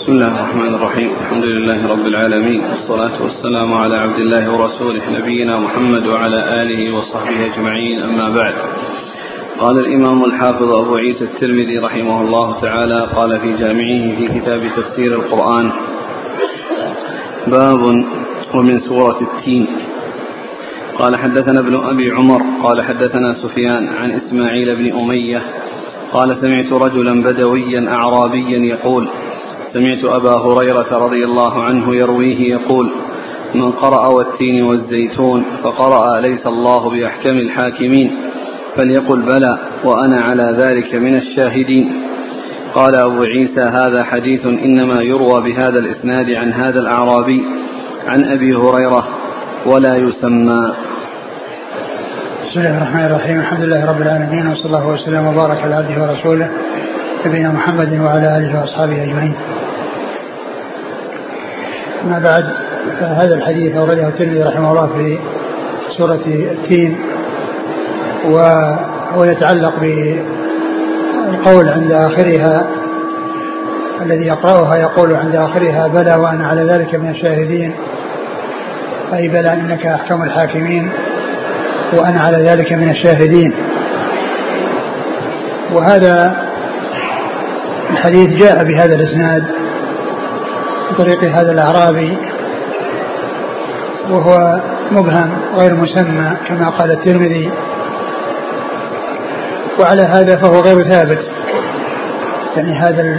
بسم الله الرحمن الرحيم. الحمد لله رب العالمين، والصلاة والسلام على عبد الله ورسوله نبينا محمد وعلى آله وصحبه أجمعين، أما بعد. قال الإمام الحافظ أبو عيسى الترمذي رحمه الله تعالى قال في جامعه في كتاب تفسير القرآن: باب ومن سورة التين. قال حدثنا ابن أبي عمر قال حدثنا سفيان عن إسماعيل بن أمية قال سمعت رجلا بدويا أعرابيا يقول: سمعت أبا هريرة رضي الله عنه يرويه يقول: من قرأ والتين والزيتون فقرأ ليس الله بأحكم الحاكمين فليقل بلى وأنا على ذلك من الشاهدين. قال أبو عيسى: هذا حديث إنما يروى بهذا الإسناد عن هذا الأعرابي عن أبي هريرة ولا يسمى. بسم الله الرحمن الرحيم. الحمد لله رب العالمين، وصلى الله وسلم وبارك على عبده ورسوله نبينا محمد وعلى آله وأصحابه أجمعين. ما بعد، هذا الحديث أورده الترمذي رحمه الله في سورة التين، وهو يتعلق بالقول عند آخرها الذي يقرأها يقول عند آخرها: بلى وأنا على ذلك من الشاهدين، أي بلى إنك أحكم الحاكمين وأنا على ذلك من الشاهدين. وهذا الحديث جاء بهذا الإسناد بطريق هذا الأعرابي، وهو مبهم غير مسمى كما قال الترمذي، وعلى هذا فهو غير ثابت. يعني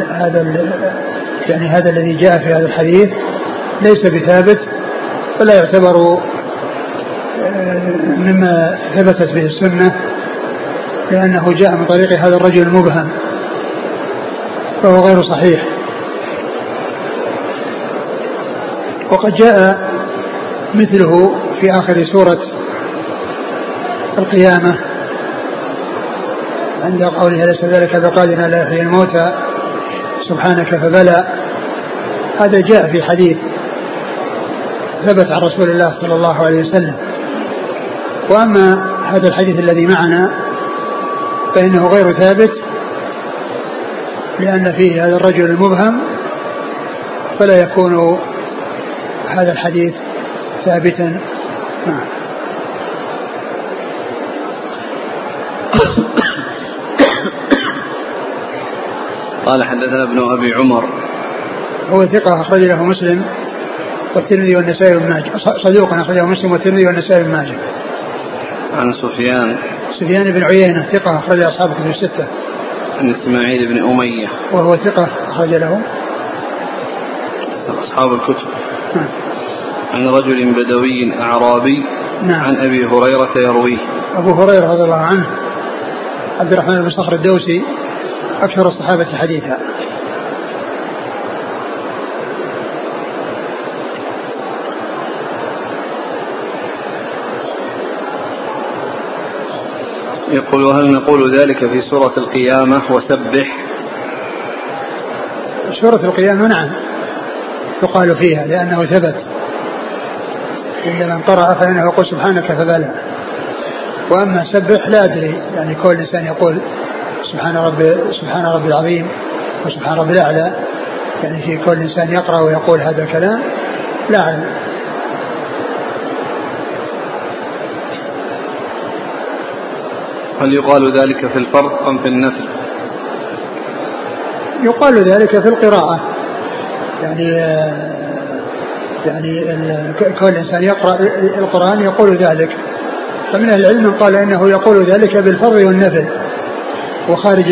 هذا الذي جاء في هذا الحديث ليس بثابت، ولا يعتبر مما ثبتت به السنة، لأنه جاء من طريق هذا الرجل المبهم، فهو غير صحيح. وقد جاء مثله في آخر سورة القيامة عند قوله: ليس ذلك بقادر على يحيي الموتى سبحانك فبلى. هذا جاء في حديث ثبت عن رسول الله صلى الله عليه وسلم. وأما هذا الحديث الذي معنا فإنه غير ثابت، لأن فيه هذا الرجل المبهم، فلا يكون هذا الحديث ثابتا. قال حدثنا ابن أبي عمر، هو ثقة أخرج له مسلم والترمذي والنسائي بن ماجه، صدوق أخرج له مسلم والترمذي والنسائي بن ماجه. عن سفيان بن عيينة ثقة أخرج أصحاب الكتب الستة. عن إسماعيل بن أمية وهو ثقة أخرج له أصحاب الكتب. عن رجل بدوي أعرابي. عن أبي هريرة يرويه. أبو هريرة رضي الله عنه عبد الرحمن بن صخر الدوسي أكثر الصحابة حديثا. يقول: وهل نقول ذلك في سورة القيامة وسبح؟ سورة القيامة نعم يقال فيها، لأنه ثبت إن من قرأ فإنه يقول سبحانك فبلى. وأما سبح لا أدري، يعني كل إنسان يقول سبحان ربي العظيم وسبحان ربي الأعلى، يعني في كل إنسان يقرأ ويقول هذا الكلام، لا أعلم. هل يقال ذلك في الفرض أم في النفل؟ يقال ذلك في القراءة، يعني كل إنسان يقرأ القرآن يقول ذلك. فمن العلم من قال إنه يقول ذلك بالفرض والنفل وخارج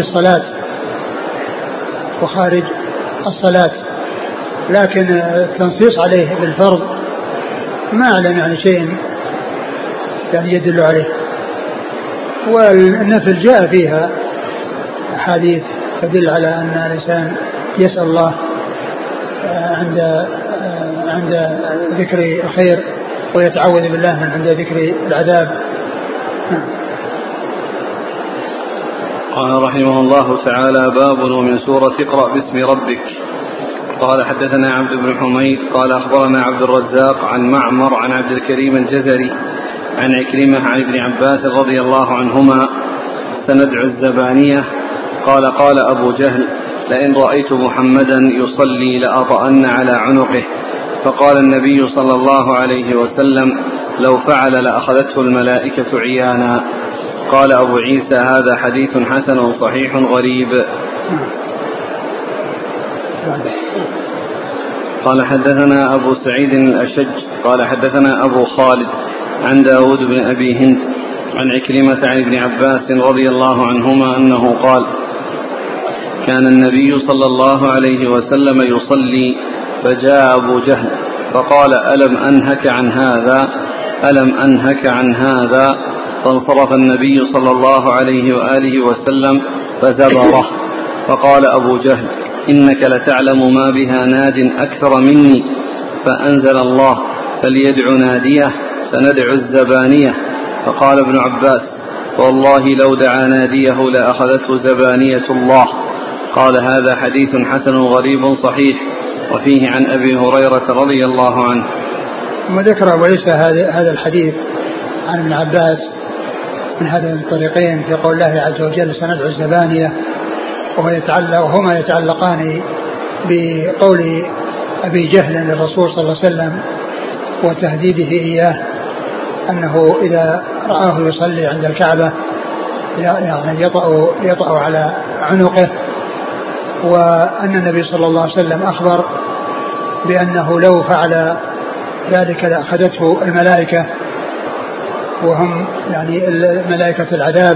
الصلاة، لكن التنصيص عليه بالفرض ما أعلم يعني شيء يعني يدل عليه. والنفل جاء فيها أحاديث تدل على أن الإنسان يسأل الله عند ذكر الخير ويتعوذ بالله من عند ذكر العذاب. قال رحمه الله تعالى: باب ومن سورة اقرأ باسم ربك. قال حدثنا عبد بن حميد قال أخبرنا عبد الرزاق عن معمر عن عبد الكريم الجزري عن عكرمة عن ابن عباس رضي الله عنهما: سندع الزبانية. قال أبو جهل: لئن رأيت محمدا يصلي لأطأن على عنقه. فقال النبي صلى الله عليه وسلم: لو فعل لأخذته الملائكة عيانا. قال أبو عيسى: هذا حديث حسن صحيح غريب. قال حدثنا أبو سعيد الأشج قال حدثنا أبو خالد عن داود بن أبي هند عن عكرمة عن ابن عباس رضي الله عنهما أنه قال: كان النبي صلى الله عليه وسلم يصلي فجاء أبو جهل فقال: ألم أنهك عن هذا؟ ألم أنهك عن هذا؟ فانصرف النبي صلى الله عليه وآله وسلم فزبره. فقال أبو جهل: إنك لتعلم ما بها ناد أكثر مني. فأنزل الله: فليدع ناديه سندع الزبانية. فقال ابن عباس: والله لو دعا ناديه لأخذته زبانية الله. قال: هذا حديث حسن غريب صحيح. وفيه عن أبي هريرة رضي الله عنه. وذكر أبو عيسى هذا الحديث عن ابن عباس من هذين الطريقين في قول الله عز وجل: سندع الزبانية، وهما يتعلقان بقول أبي جهل للرسول صلى الله عليه وسلم وتهديده إياه أنه إذا رآه يصلي عند الكعبة يعني يطأ على عنقه، وأن النبي صلى الله عليه وسلم أخبر بأنه لو فعل ذلك لأخذته الملائكة، وهم يعني ملائكة العذاب،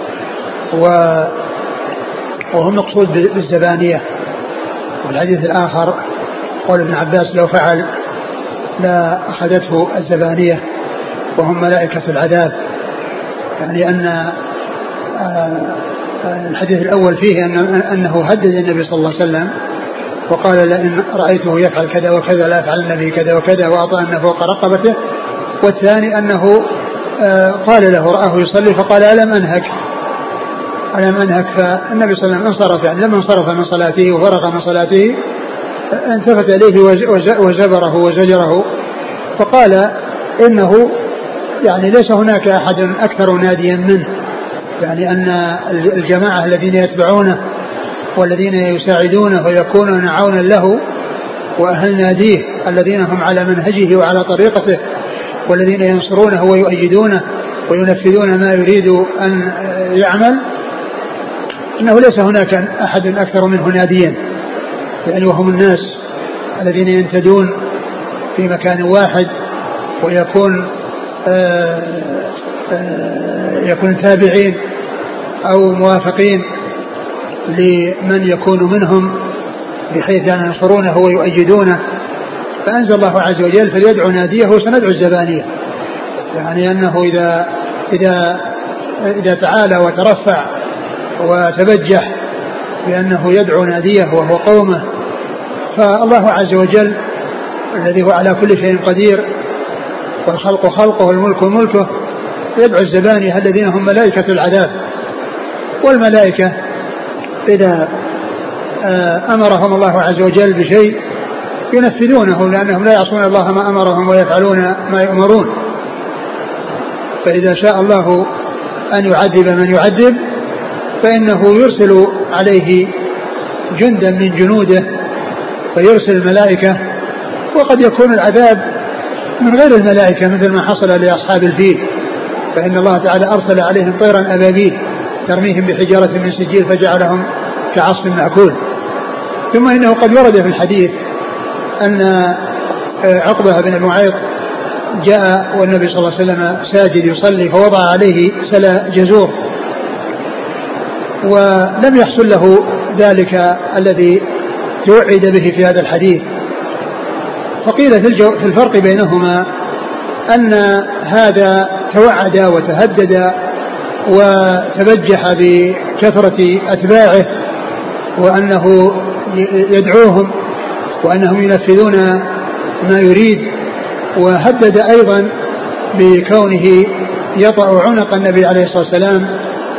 وهم مقصود بالزبانية. والحديث الآخر قول ابن عباس: لو فعل لا أخذته الزبانية وهم ملائكة العذاب. يعني أن الحديث الأول فيه أنه هدد النبي صلى الله عليه وسلم وقال: لئن رأيته يفعل كذا وكذا لا يفعل النبي كذا وكذا، وأطأن فوق رقبته. والثاني أنه قال له: رآه يصلي فقال: ألم أنهك؟ فالنبي صلى الله عليه وسلم انصرف، يعني لما انصرف من صلاته وفرغ من صلاته التفت إليه وزبره وزجره فقال: إنه يعني ليس هناك أحد أكثر ناديا منه، يعني أن الجماعة الذين يتبعونه والذين يساعدونه ويكونون عونا له وأهل ناديه الذين هم على منهجه وعلى طريقته والذين ينصرونه ويؤيدونه وينفذون ما يريد أن يعمل، إنه ليس هناك أحد أكثر منه ناديا، يعني وهم الناس الذين ينتدون في مكان واحد ويكون يكون تابعين أو موافقين لمن يكون منهم بحيث أن ينصرونه ويؤيدونه. فأنزل الله عز وجل: فليدعو ناديه سندعو الزبانية، يعني أنه إذا تعالى وترفع وتبجح بأنه يدعو ناديه وهو قومه، فالله عز وجل الذي هو على كل شيء قدير والخلق خلقه والملك ملكه يدعو الزبانية الذين هم ملائكة العذاب. والملائكة إذا أمرهم الله عز وجل بشيء ينفذونه، لأنهم لا يعصون الله ما أمرهم ويفعلون ما يؤمرون. فإذا شاء الله أن يعذب من يعذب فإنه يرسل عليه جندا من جنوده فيرسل الملائكة، وقد يكون العذاب من غير الملائكة مثل ما حصل لأصحاب الفيل، فإن الله تعالى أرسل عليهم طيرا أبابيل ترميهم بحجارة من سجيل فجعلهم كعصف مأكول. ثم إنه قد ورد في الحديث أن عقبة بن معيط جاء والنبي صلى الله عليه وسلم ساجد يصلي فوضع عليه سلا جزور، ولم يحصل له ذلك الذي توعد به في هذا الحديث. فقيل في الفرق بينهما أن هذا توعد وتهدد وتبجح بكثرة أتباعه وأنه يدعوهم وأنهم ينفذون ما يريد، وهدد أيضا بكونه يطأ عنق النبي عليه الصلاة والسلام.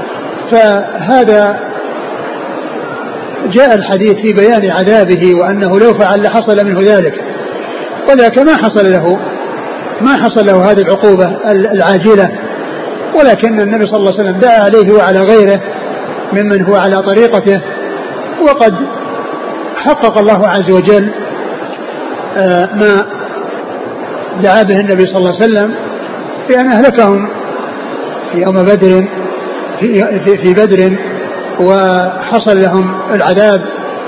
فهذا جاء الحديث في بيان عذابه وأنه لو فعل لحصل منه ذلك، وذاك ما حصل له هذه العقوبة العاجلة، ولكن النبي صلى الله عليه وسلم دعا عليه وعلى غيره ممن هو على طريقته، وقد فحقق الله عز وجل ما دعا به النبي صلى الله عليه وسلم بأن أهلكهم في يوم بدر في بدر، وحصل لهم العذاب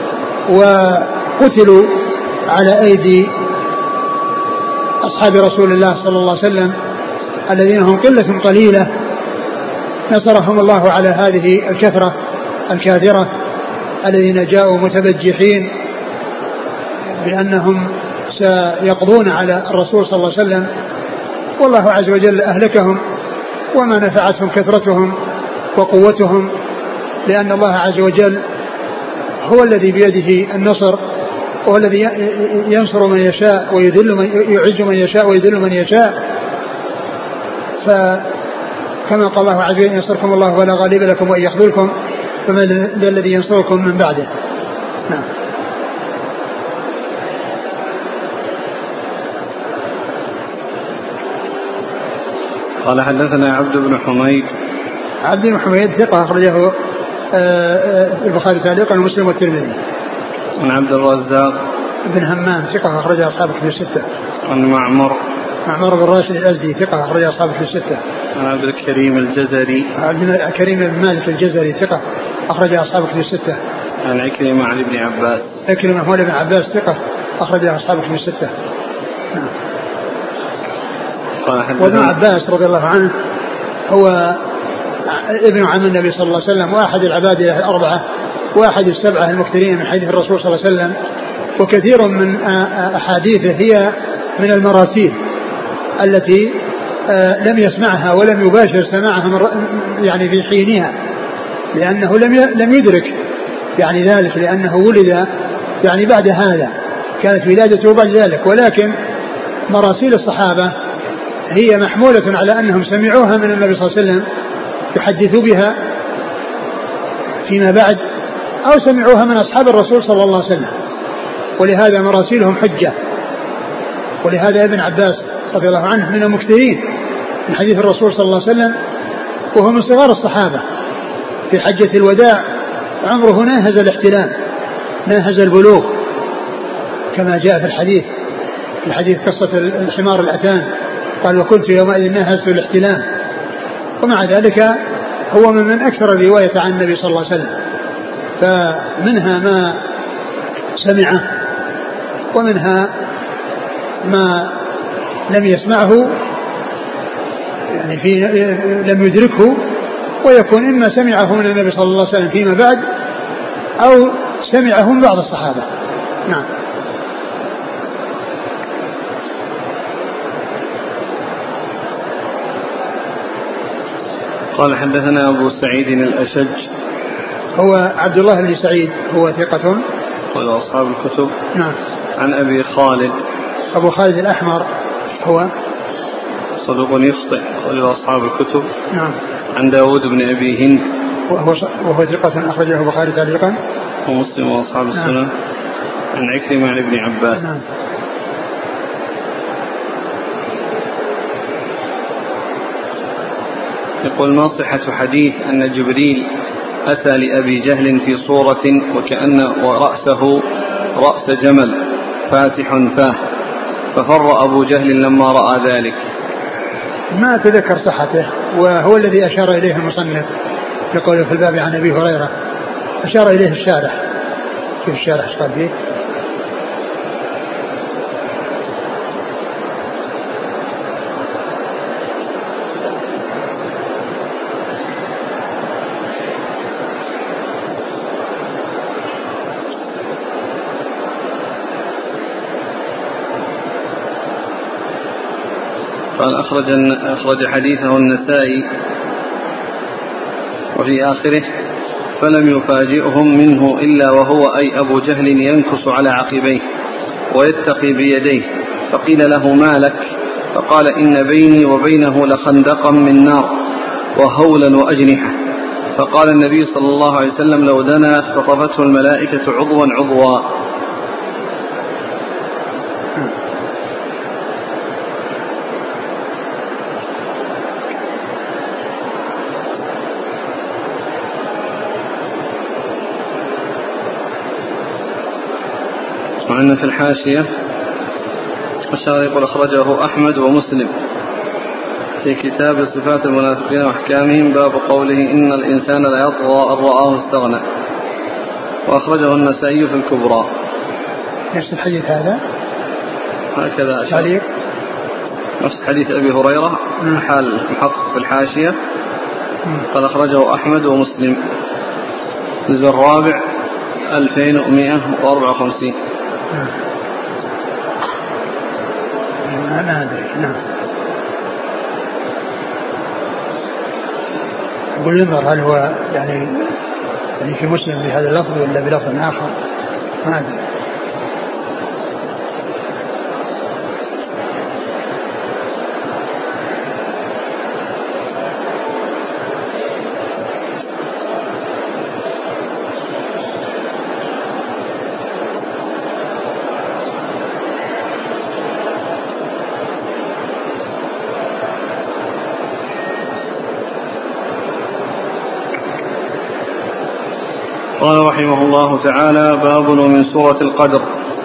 وقتلوا على أيدي أصحاب رسول الله صلى الله عليه وسلم الذين هم قلة قليلة، نصرهم الله على هذه الكثرة الكاثرة الذين جاءوا متبجحين بأنهم سيقضون على الرسول صلى الله عليه وسلم، والله عز وجل أهلكهم وما نفعتهم كثرتهم وقوتهم، لأن الله عز وجل هو الذي بيده النصر، وهو الذي ينصر من يشاء ويعز من يشاء ويذل من يشاء. فكما قال الله عز وجل: ينصركم الله ولا غالب لكم وإن يخذلكم فمن ذا الذي ينصركم من بعده. نعم. قال حدثنا عبد بن حميد. عبد بن حميد ثقة أخرجه البخاري تعليقا ومسلم والترمذي. عن عبد الرزاق بن همام ثقة أخرجه أصحاب الكتب الستة. عن معمر بن راشد الأزدي ثقة أخرجه أصحاب الكتب الستة. عن عبد الكريم الجزري. عبد الكريم بن مالك الجزري ثقة أخرجه أصحاب الكتب الستة. عن عكرمة عن ابن عباس. عكرمة هو ابن عباس ثقة أخرجه أصحاب الكتب الستة. نعم. وابن عباس رضي الله عنه هو ابن عم النبي صلى الله عليه وسلم، وأحد العباد الأربعة، وأحد السبعة المكثرين من حديث الرسول صلى الله عليه وسلم، وكثير من أحاديثه هي من المراسيل التي لم يسمعها ولم يباشر سماعها يعني في حينها، لأنه لم يدرك يعني ذلك، لأنه ولد يعني بعد هذا، كانت ولادته بعد ذلك، ولكن مراسيل الصحابة هي محمولة على أنهم سمعوها من النبي صلى الله عليه وسلم يحدثوا بها فيما بعد، أو سمعوها من أصحاب الرسول صلى الله عليه وسلم، ولهذا مراسيلهم حجة. ولهذا ابن عباس رضي الله عنه من المكثرين من حديث الرسول صلى الله عليه وسلم، وهو من صغار الصحابة. في حجة الوداع عمره ناهز الاحتلام، ناهز البلوغ، كما جاء في الحديث قصة الحمار الأتان، قال: وكنت يومئذ ناهزت الاحتلام. ومع ذلك هو من أكثر الرواية عن النبي صلى الله عليه وسلم، فمنها ما سمعه ومنها ما لم يسمعه يعني لم يدركه، ويكون إما سمعه من النبي صلى الله عليه وسلم فيما بعد أو سمعه من بعض الصحابة. نعم. قال حدثنا أبو سعيد الأشج هو عبد الله بن سعيد هو ثقة قال أصحاب الكتب. نعم. عن أبي خالد أبو خالد الأحمر هو صدوق يخطئ قال أصحاب الكتب. نعم. عن داود بن أبي هند وهو ثقة أخرجه البخاري تعليقا ومسلم وأصحاب السنن. نعم. عن عكرمة عن ابن عباس. نعم. يقول: ما صحة حديث أن جبريل أتى لأبي جهل في صورة وكأن ورأسه رأس جمل فاتح فاه، ففر أبو جهل لما رأى ذلك؟ ما أتذكر صحته، وهو الذي أشار إليه المصنف يقول في الباب عن أبي هريرة، أشار إليه الشارح. شوف الشارح ايش قال فيه. قال: أخرج حديثه النسائي وفي آخره: فلم يفاجئهم منه إلا وهو أي أبو جهل ينكص على عقبيه ويتقي بيديه، فقيل له: ما لك؟ فقال: إن بيني وبينه لخندقا من نار وهولا وأجنحة. فقال النبي صلى الله عليه وسلم: لو دنا اختطفته الملائكة عضوا عضوا. وعندنا في الحاشية الشارح يقول أخرجه أحمد ومسلم في كتاب صفات المنافقين وأحكامهم باب قوله إن الإنسان لا يطغى أن رآه استغنى، وأخرجه النسائي في الكبرى. نفس الحديث هذا هكذا تعليق نفس حديث أبي هريرة حال محقق في الحاشية قال أخرجه أحمد ومسلم الجزء الرابع 2154. ما أدري. نعم. أقول ينظر هل هو يعني في مسلم بهذا اللفظ ولا بلفظ آخر، ما أدري. قال رحمه الله تعالى باب ومن سورة القدر.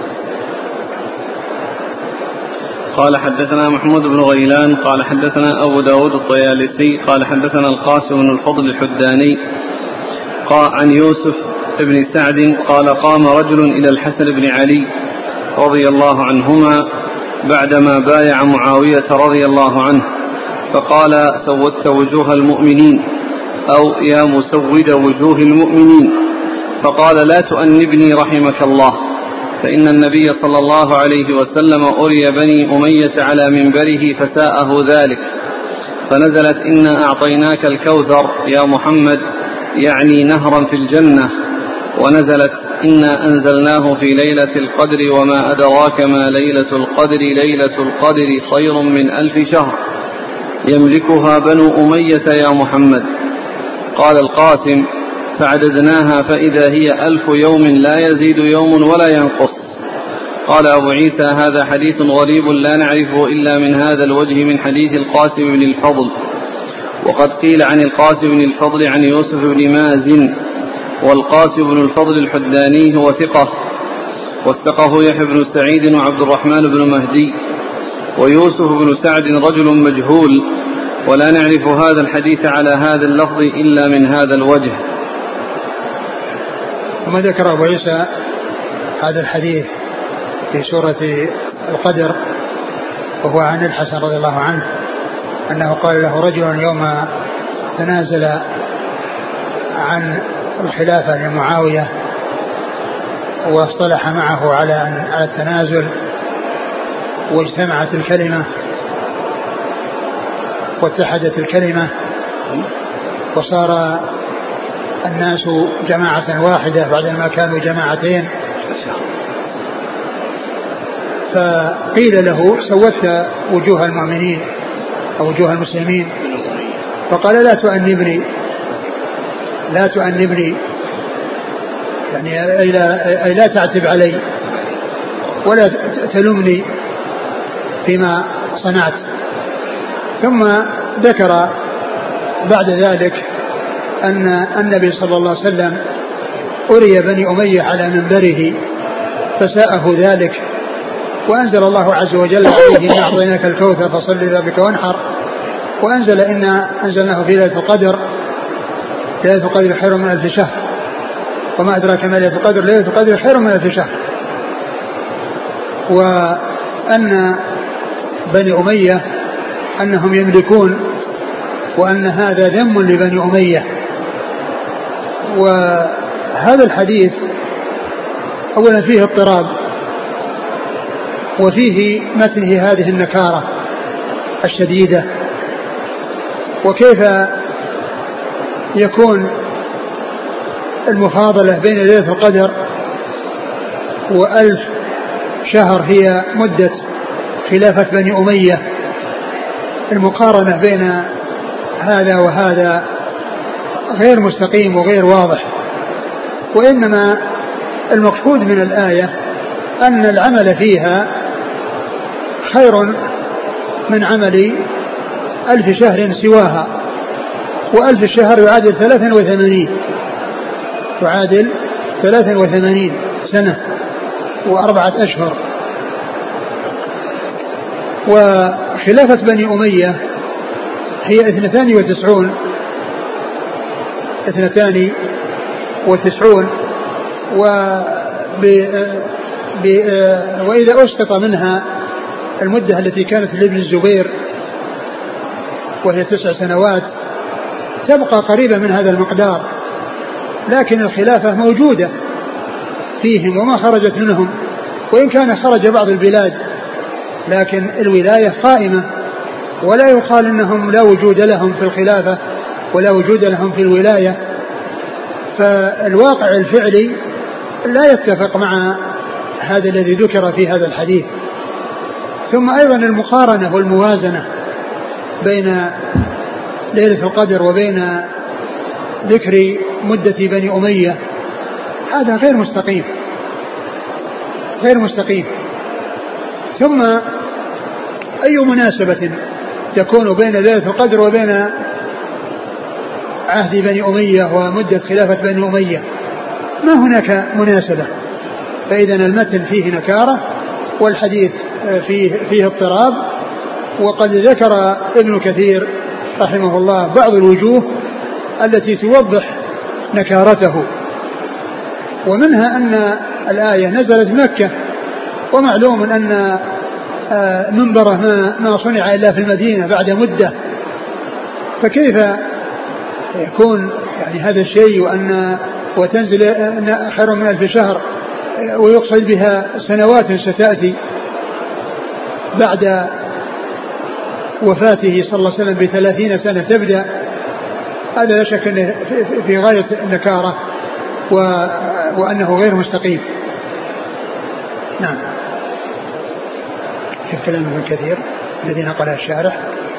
قال حدثنا محمود بن غيلان قال حدثنا أبو داود الطيالسي قال حدثنا القاسم بن الفضل الحداني قال عن يوسف بن سعد قال قام رجل إلى الحسن بن علي رضي الله عنهما بعدما بايع معاوية رضي الله عنه فقال سودت وجوه المؤمنين أو يا مسود وجوه المؤمنين، فقال لا تؤنبني رحمك الله، فإن النبي صلى الله عليه وسلم أري بني أمية على منبره فساءه ذلك، فنزلت إنا أعطيناك الكوثر يا محمد يعني نهرا في الجنة، ونزلت إنا أنزلناه في ليلة القدر وما أدراك ما ليلة القدر ليلة القدر خير من 1000 شهر يملكها بنو أمية يا محمد. قال القاسم فعددناها فإذا هي 1000 يوم لا يزيد يوم ولا ينقص. قال أبو عيسى هذا حديث غريب لا نعرفه إلا من هذا الوجه من حديث القاسم بن الفضل، وقد قيل عن القاسم بن الفضل عن يوسف بن مازن، والقاسم بن الفضل الحداني هو ثقة، وثقه يحيى بن سعيد وعبد الرحمن بن مهدي، ويوسف بن سعد رجل مجهول، ولا نعرف هذا الحديث على هذا اللفظ إلا من هذا الوجه. ثم ذكر أبو عيسى هذا الحديث في سورة القدر، وهو عن الحسن رضي الله عنه أنه قال له رجل يوم تنازل عن الخلافة لمعاوية واصطلح معه على التنازل، واجتمعت الكلمة واتحدت الكلمة وصار الناس جماعة واحدة بعدما كانوا جماعتين، فقيل له سودت وجوه المؤمنين أو وجوه المسلمين، فقال لا تؤنبني يعني أي لا تعتب علي ولا تلومني فيما صنعت. ثم ذكر بعد ذلك أن النبي صلى الله عليه وسلم أري بني أمية على منبره فساءه ذلك، وأنزل الله عز وجل عليه إنا أعطيناك الكوثر فصل لربك وانحر، وأنزل إنا أنزلناه في ليلة القدر، ليلة القدر خير من 1000 شهر، وما أدراك ما ليلة القدر، ليلة القدر خير من 1000 شهر. وأن بني أمية أنهم يملكون، وأن هذا ذم لبني أمية. وهذا الحديث أولا فيه اضطراب، وفيه متنه هذه النكارة الشديدة، وكيف يكون المفاضلة بين ليلة القدر و1000 شهر هي مدة خلافة بني أمية. المقارنة بين هذا وهذا غير مستقيم وغير واضح، وإنما المقصود من الآية أن العمل فيها خير من عمل 1000 شهر سواها، و1000 شهر يعادل 83 سنة، و4 أشهر. وخلافة بني أمية هي 92 وإذا أسقط منها المدة التي كانت لابن الزبير وهي 9 سنوات تبقى قريبة من هذا المقدار، لكن الخلافة موجودة فيهم وما خرجت منهم، وإن كان خرج بعض البلاد لكن الولاية قائمة، ولا يقال إنهم لا وجود لهم في الخلافة ولا وجود لهم في الولاية. فالواقع الفعلي لا يتفق مع هذا الذي ذكر في هذا الحديث. ثم أيضا المقارنة والموازنة بين ليلة القدر وبين ذكر مدة بني أمية هذا غير مستقيم. ثم أي مناسبة تكون بين ليلة القدر وبين عهد بني أمية ومدة خلافة بني أمية؟ ما هناك مناسبة. فإذا المتن فيه نكارة والحديث فيه اضطراب. وقد ذكر ابن كثير رحمه الله بعض الوجوه التي توضح نكارته، ومنها أن الآية نزلت مكة، ومعلوم أن منبره ما صنع إلا في المدينة بعد مدة، فكيف يكون يعني هذا الشيء وتنزل خير من 1000 شهر ويقصد بها سنوات ستأتي بعد وفاته صلى الله عليه وسلم ب30 سنة تبدأ؟ هذا لا شك أنه في غاية النكارة وأنه غير مستقيم. نعم. شوف كلام ابن كثير الذي نقله الشارح.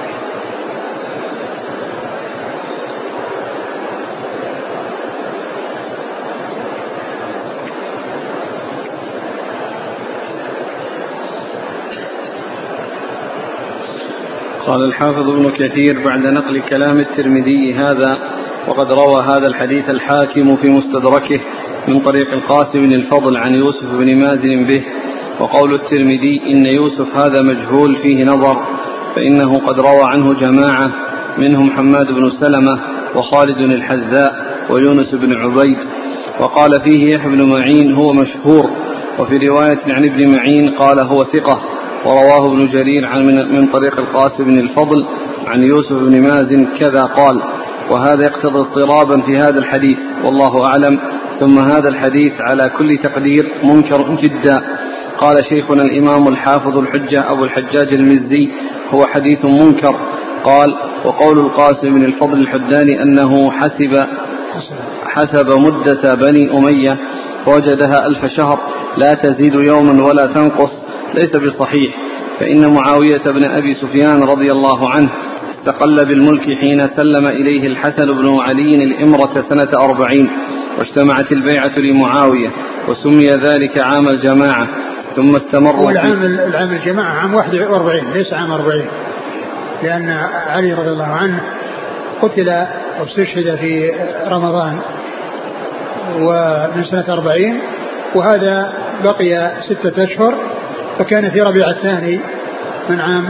قال الحافظ ابن كثير بعد نقل كلام الترمذي هذا: وقد روى هذا الحديث الحاكم في مستدركه من طريق القاسم بن الفضل عن يوسف بن مازن به. وقول الترمذي إن يوسف هذا مجهول فيه نظر، فإنه قد روى عنه جماعة منهم حماد بن سلمة وخالد الحذاء ويونس بن عبيد. وقال فيه يحيى بن معين هو مشهور، وفي رواية عن ابن معين قال هو ثقة. ورواه ابن جرير من طريق القاسم بن الفضل عن يوسف بن مازن كذا قال، وهذا يقتضي اضطرابا في هذا الحديث والله أعلم. ثم هذا الحديث على كل تقدير منكر جدا. قال شيخنا الإمام الحافظ الحجة أبو الحجاج المزي هو حديث منكر. قال: وقول القاسم بن الفضل الحداني أنه حسب مدة بني أمية فوجدها 1000 شهر لا تزيد يوما ولا تنقص ليس بصحيح، فإن معاوية بن أبي سفيان رضي الله عنه استقل بالملك حين سلم إليه الحسن بن علي الإمرة سنة 40، واجتمعت البيعة لمعاوية، وسمي ذلك عام الجماعة. ثم استمروا العام الجماعة عام 41 ليس عام 40، لأن علي رضي الله عنه قتل أو استشهد في رمضان ومن سنة 40، وهذا بقي 6 أشهر، فكان في ربيع الثاني من عام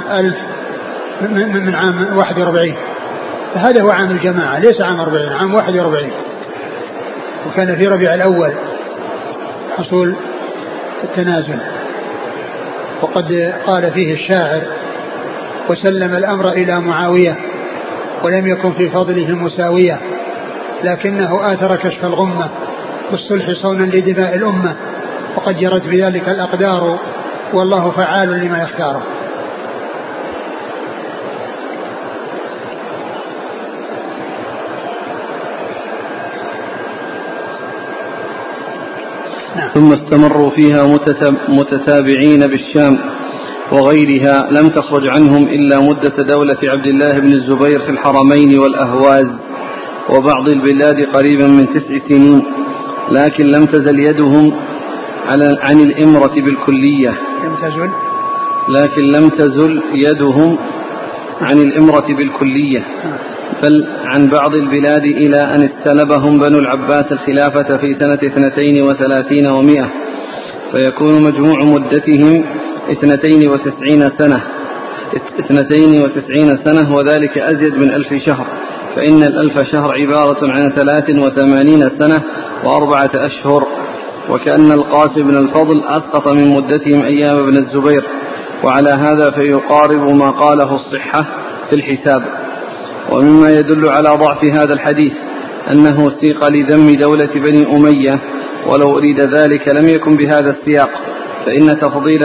41. فهذا هو عام الجماعة ليس عام 40، عام 41. وكان في ربيع الأول حصول التنازل. وقد قال فيه الشاعر: وسلم الأمر إلى معاوية ولم يكن في فضله مساوية، لكنه آثر كشف الغمة بالصلح صونا لدماء الأمة، وقد جرت بذلك الأقدار والله فعال لما يختاره. ثم استمروا فيها متتابعين بالشام وغيرها، لم تخرج عنهم إلا مدة دولة عبد الله بن الزبير في الحرمين والأهواز وبعض البلاد قريبا من 9 سنين، لكن لم تزل يدهم عن الإمرة بالكلية. لكن لم تزل يدهم عن الإمرة بالكلية، بل عن بعض البلاد إلى أن استلبهم بنو العباس الخلافة في سنة 32 و100، فيكون مجموع مدتهم 92 سنة، وذلك أزيد من 1000 شهر، فإن 1000 شهر عبارة عن 83 سنة و4 أشهر. وكأن القاسم بن الفضل أسقط من مدتهم أيام ابن الزبير، وعلى هذا فيقارب ما قاله الصحة في الحساب. ومما يدل على ضعف هذا الحديث أنه سيق لذم دولة بني أمية، ولو أريد ذلك لم يكن بهذا السياق، فإن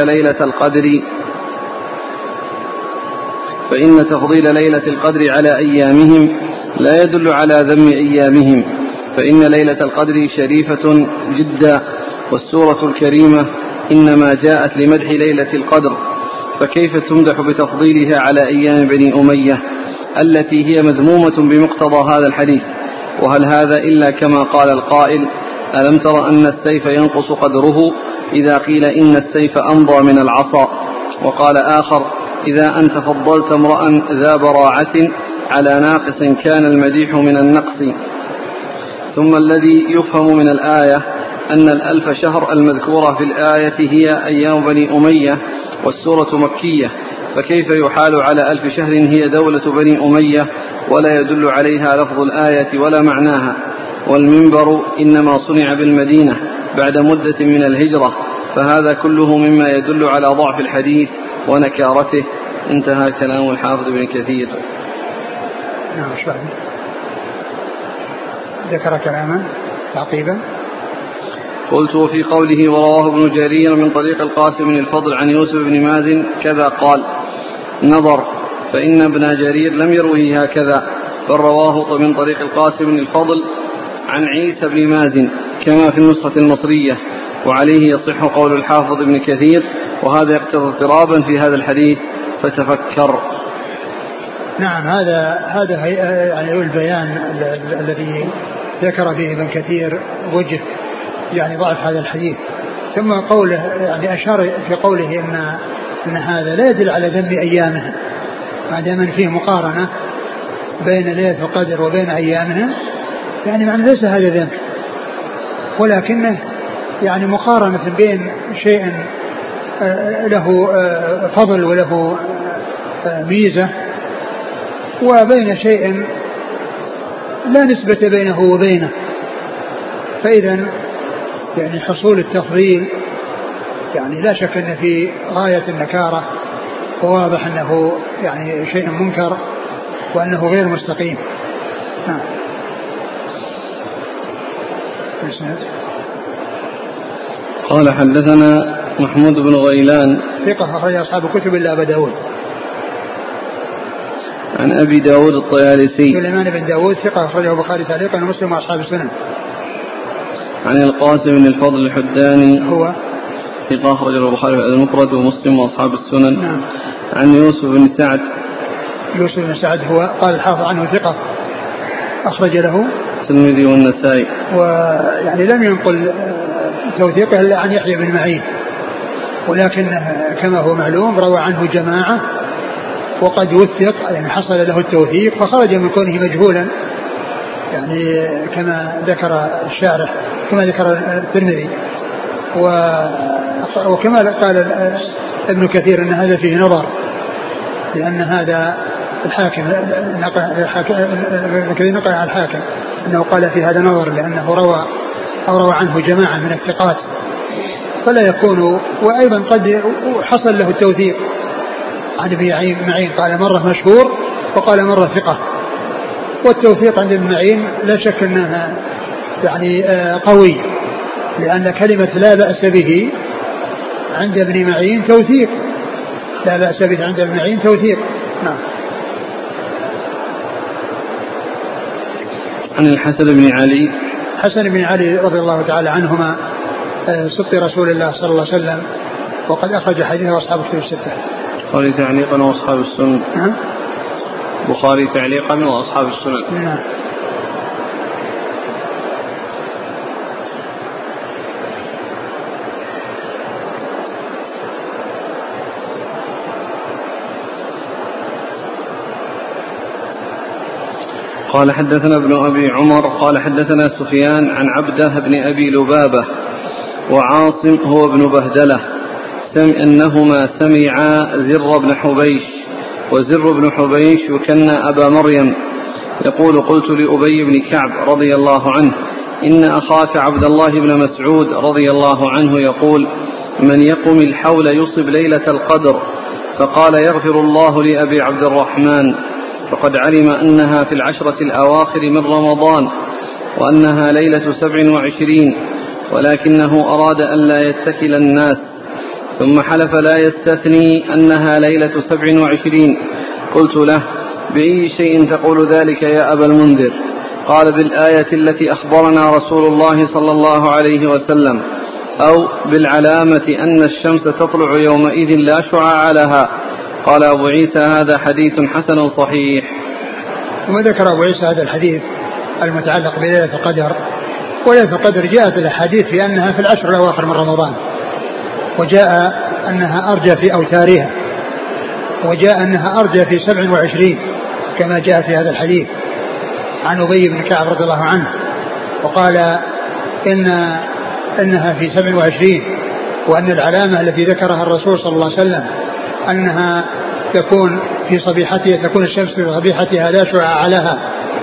تفضيل ليلة القدر على أيامهم لا يدل على ذم أيامهم، فإن ليلة القدر شريفة جدا، والسورة الكريمة إنما جاءت لمدح ليلة القدر، فكيف تمدح بتفضيلها على أيام بني أمية التي هي مذمومة بمقتضى هذا الحديث؟ وهل هذا إلا كما قال القائل: ألم تر أن السيف ينقص قدره إذا قيل إن السيف أمضى من العصا؟ وقال آخر: إذا أنت فضلت امرأ ذا براعة على ناقص كان المديح من النقص. ثم الذي يفهم من الآية أن 1000 شهر المذكورة في الآية هي أيام بني أمية، والسورة مكية، فكيف يحال على 1000 شهر هي دولة بني أمية ولا يدل عليها لفظ الآية ولا معناها؟ والمنبر إنما صنع بالمدينة بعد مدة من الهجرة، فهذا كله مما يدل على ضعف الحديث ونكارته. انتهى كلام الحافظ ابن كثير. نعم. ذكر كلاما تعقيبا. قلت: وفي قوله ورواه ابن جرير من طريق القاسم بن الفضل عن يوسف بن مازن كذا قال: نظر، فإن ابن جرير لم يروه هكذا، بل رواه من طريق القاسم بن الفضل عن عيسى بن مازن كما في النسخة المصرية، وعليه يصح قول الحافظ ابن كثير، وهذا يقتضي اضطرابا في هذا الحديث، فتفكر. نعم. هذا يعني البيان الذي ذكر فيه ابن كثير وجه يعني ضعف هذا الحديث. ثم قوله يعني أشار في قوله إن هذا لا يدل على ذم أيامها، ما دام فيه مقارنة بين ليلة القدر وبين أيامها، يعني معنى ليس هذا ذم، ولكنه يعني مقارنة بين شيء له فضل وله ميزة وبين شيء لا نسبة بينه وبينه، فإذا يعني حصول التفضيل يعني لا شك أن في غاية النكارة، وواضح أنه يعني شيء منكر وأنه غير مستقيم. قال: حدثنا محمود بن غيلان ثقة أخرج أصحاب الكتب إلا أبا داود. عن أبي داود الطيالسي سليمان بن داود ثقة أخرجه البخاري تعليقا ومسلم وأصحاب السنن. عن القاسم بن الفضل الحداني هو ثقة أخرجه البخاري المفرد ومسلم وأصحاب السنن. نعم. عن يوسف بن سعد. يوسف بن سعد هو قال الحافظ عنه ثقة أخرج له الترمذي والنسائي، ويعني لم ينقل توثيقه إلا عن يحيى بن معين، ولكن كما هو معلوم روى عنه جماعة وقد وثق، يعني حصل له التوثيق فخرج من كونه مجهولا، يعني كما ذكر الشارح كما ذكر الترمذي. وكما قال ابن كثير أن هذا فيه نظر، لأن هذا الحاكم نقل على الحاكم أنه قال في هذا نظر، لأنه روى عنه جماعة من الثقات، فلا يكون. وأيضا قد حصل له التوثيق عن ابن معين، قال مرة مشهور وقال مرة ثقة، والتوثيق عند ابن معين لا شك أنها يعني قوي، لأن كلمة لا بأس به عند ابن معين توثيق، لا بأس به عند ابن معين توثيق. نعم. عن الحسن بن علي. حسن بن علي رضي الله تعالى عنهما سبط رسول الله صلى الله عليه وسلم، وقد أخرج حديثه أصحاب الكتب الستة. البخاري تعليقا وأصحاب السنن. نعم. البخاري تعليقا وأصحاب السنن. نعم. قال: حدثنا ابن أبي عمر قال: حدثنا سفيان عن عبده بن أبي لبابة وعاصم هو ابن بهدلة أنهما سمعا زر بن حبيش، وزر بن حبيش يكنى أبا مريم يقول قلت لأبي بن كعب رضي الله عنه إن أخاك عبد الله بن مسعود رضي الله عنه يقول من يقم الحول يصب ليلة القدر، فقال يغفر الله لأبي عبد الرحمن، فقد علم أنها في العشرة الأواخر من رمضان وأنها ليلة 27، ولكنه أراد أن لا يتكل الناس، ثم حلف لا يستثني أنها ليلة 27. قلت له بأي شيء تقول ذلك يا أبا المنذر؟ قال بالآية التي أخبرنا رسول الله صلى الله عليه وسلم، أو بالعلامة أن الشمس تطلع يومئذ لا شعاع لها. قال أبو عيسى هذا حديث حسن صحيح. ثم ذكر أبو عيسى هذا الحديث المتعلق بليلة القدر. وليلة القدر جاءت الحديث في أنها في العشر الأواخر من رمضان، وجاء أنها أرجى في أوتارها، وجاء أنها أرجى في 27 كما جاء في هذا الحديث عن أبي بن كعب رضي الله عنه، وقال إنها في 27، وأن العلامة التي ذكرها الرسول صلى الله عليه وسلم أنها تكون في صبيحتها، تكون الشمس في صبيحتها لا شعاع لها.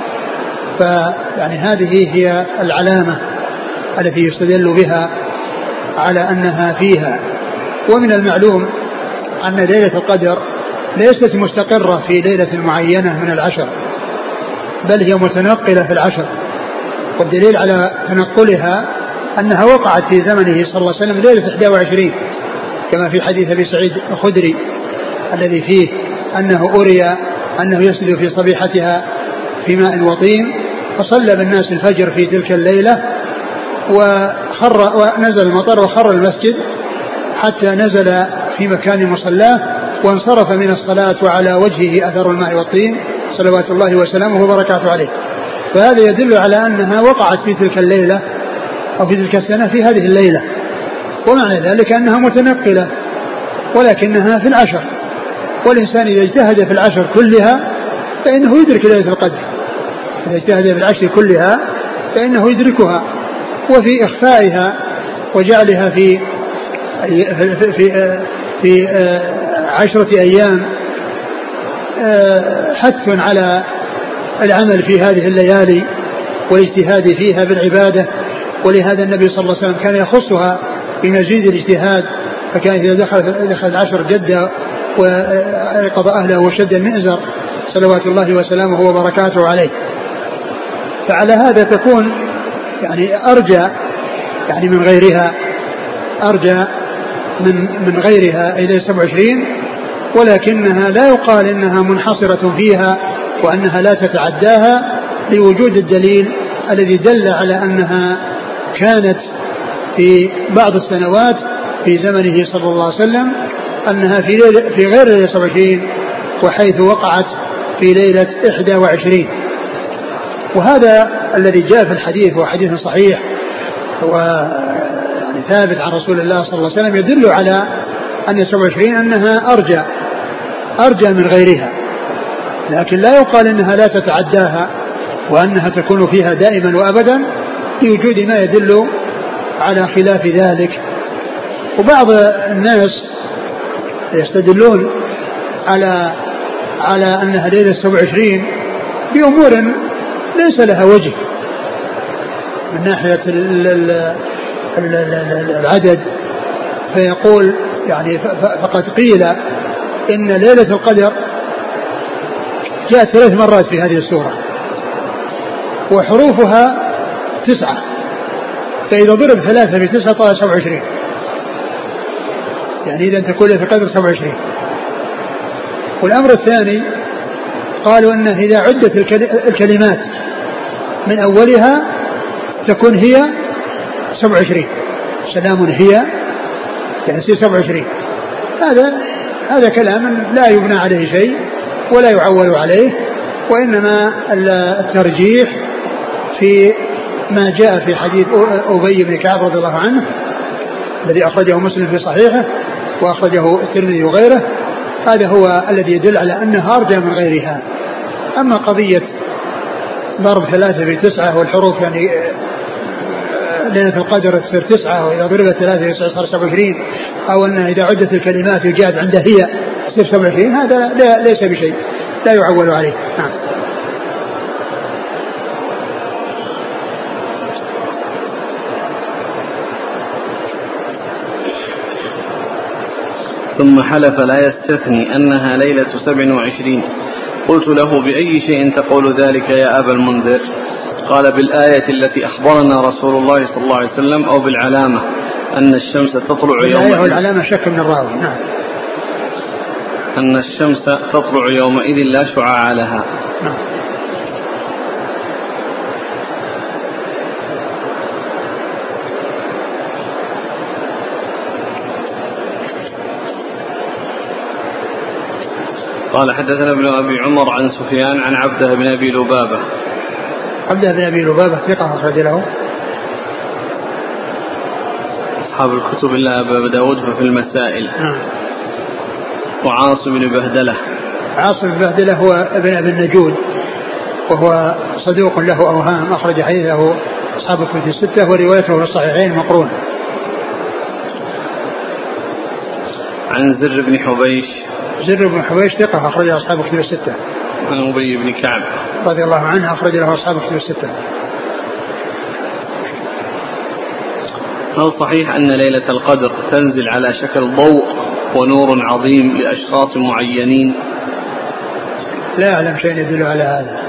فيعني هذه هي العلامة التي يستدل بها على أنها فيها. ومن المعلوم أن ليلة القدر ليست مستقرة في ليلة معينة من العشر، بل هي متنقلة في العشر، والدليل على تنقلها أنها وقعت في زمنه صلى الله عليه وسلم ليلة 21 كما في حديث أبي سعيد الخدري الذي فيه أنه أري أنه يسجد في صبيحتها في ماء وطين، فصلى بالناس الفجر في تلك الليلة ونزل المطر وخر المسجد حتى نزل في مكان مصلاه وانصرف من الصلاة وعلى وجهه أثر الماء والطين صلوات الله وسلامه وبركاته عليه. فهذا يدل على أنها وقعت في تلك الليلة أو في تلك السنة في هذه الليلة، ومعنى ذلك أنها متنقلة ولكنها في العشر، والإنسان إذا اجتهد في العشر كلها فإنه يدرك ليلة القدر، إذا اجتهد في العشر كلها فإنه يدركها. وفي إخفائها وجعلها في 10 أيام حث على العمل في هذه الليالي والاجتهاد فيها بالعبادة، ولهذا النبي صلى الله عليه وسلم كان يخصها بمزيد الاجتهاد، فكان إذا دخل العشر جد وقضى أهله وشد المئزر صلوات الله وسلامه وبركاته عليه. فعلى هذا تكون يعني أرجى يعني من غيرها، أرجى من غيرها إلى 27، ولكنها لا يقال إنها منحصرة فيها وأنها لا تتعداها لوجود الدليل الذي دل على أنها كانت في بعض السنوات في زمنه صلى الله عليه وسلم أنها في غير ليلة 27 وحيث وقعت في ليلة 21. وهذا الذي جاء في الحديث هو حديث صحيح ويعني ثابت عن رسول الله صلى الله عليه وسلم يدل على أن 27 أنها أرجى من غيرها، لكن لا يقال أنها لا تتعداها وأنها تكون فيها دائما وأبدا لوجود ما يدل على خلاف ذلك. وبعض الناس يستدلون على أنها ليلة 27 بأمور ليس لها وجه من ناحية العدد، فيقول يعني فقد قيل إن ليلة القدر جاءت 3 مرات في هذه السورة وحروفها 9، فإذا ضرب 3 في 9 طلع 27، يعني إذا تكون ليلة القدر 27. والأمر الثاني قالوا أنه إذا عدت الكلمات من أولها تكون هي 27، سلام هي يعني 27. هذا كلام لا يبنى عليه شيء ولا يعول عليه، وإنما الترجيح في ما جاء في حديث أبي بن كعب رضي الله عنه الذي أخرجه مسلم في صحيحه وأخرجه الترمذي وغيره، هذا هو الذي يدل على أنها أرجى من غيرها. أما قضية ضرب 3 في 9 والحروف يعني ليلة القدر تصير 9، وإذا ضربت 3 صار 27، أو أن إذا عدت الكلمات يجاد عند هي تصير 27، هذا ليس بشيء لا يعول عليه. نعم. ثم حلف لا يستثني أنها ليلة 27. قلت له: بأي شيء تقول ذلك يا أبا المنذر؟ قال: بالآية التي أخبرنا رسول الله صلى الله عليه وسلم، أو بالعلامة أن الشمس تطلع يومئذ. العلامة شك من الراوي. نعم. أن الشمس تطلع يومئذ لا شعاع لها. نعم. قال: حدثنا ابن أبي عمر عن سفيان عن عبده بن أبي لبابة. عبده بن أبي لبابة ثقة أخرج له أصحاب الكتب إلا أبا داود ففي المسائل. نعم. وعاصم بن بهدلة. عاصم بن بهدلة هو ابن أبي النجود، وهو صدوق له أوهام، أخرج حديثه أصحاب الكتب الستة، وروايته في الصحيحين مقرون. عن زر بن حبيش. زر بن حبيش ثقة أخرج أصحاب الكتب الستة. عن أبي بن كعب رضي الله عنه أخرج له أصحاب الكتب الستة. هل صحيح أن ليلة القدر تنزل على شكل ضوء ونور عظيم لأشخاص معينين؟ لا أعلم شيء يدل على هذا.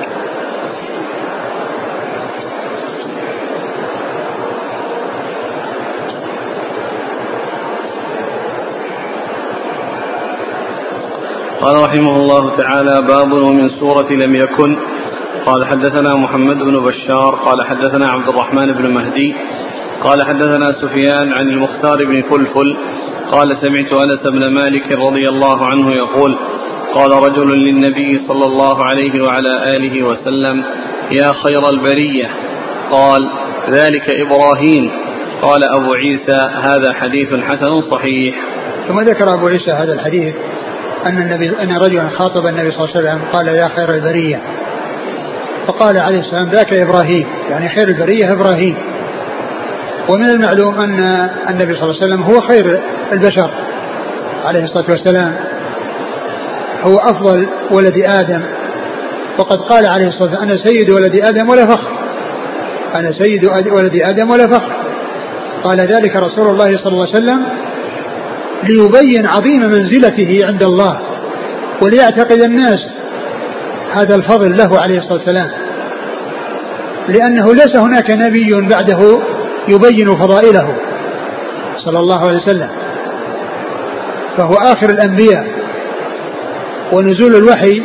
قال رحمه الله تعالى: باب ومن سورة لم يكن. قال: حدثنا محمد بن بشار قال حدثنا عبد الرحمن بن مهدي قال حدثنا سفيان عن المختار بن فلفل قال: سمعت أنس بن مالك رضي الله عنه يقول: قال رجل للنبي صلى الله عليه وعلى آله وسلم: يا خير البرية. قال: ذلك إبراهيم. قال أبو عيسى: هذا حديث حسن صحيح. ثم ذكر أبو عيسى هذا الحديث أن رجلا خاطب النبي صلى الله عليه وسلم قال: يا خير البرية. فقال عليه السلام: ذاك إبراهيم، يعني خير البرية إبراهيم. ومن المعلوم أن النبي صلى الله عليه وسلم هو خير البشر عليه الصلاة والسلام، هو أفضل ولد آدم، وقد قال عليه الصلاة والسلام: أنا سيد ولد آدم ولا فخر، أنا سيد ولد آدم ولا فخر. قال ذلك رسول الله صلى الله عليه وسلم ليبين عظيم منزلته عند الله، وليعتقد الناس هذا الفضل له عليه الصلاة والسلام، لأنه ليس هناك نبي بعده يبين فضائله صلى الله عليه وسلم، فهو آخر الأنبياء، ونزول الوحي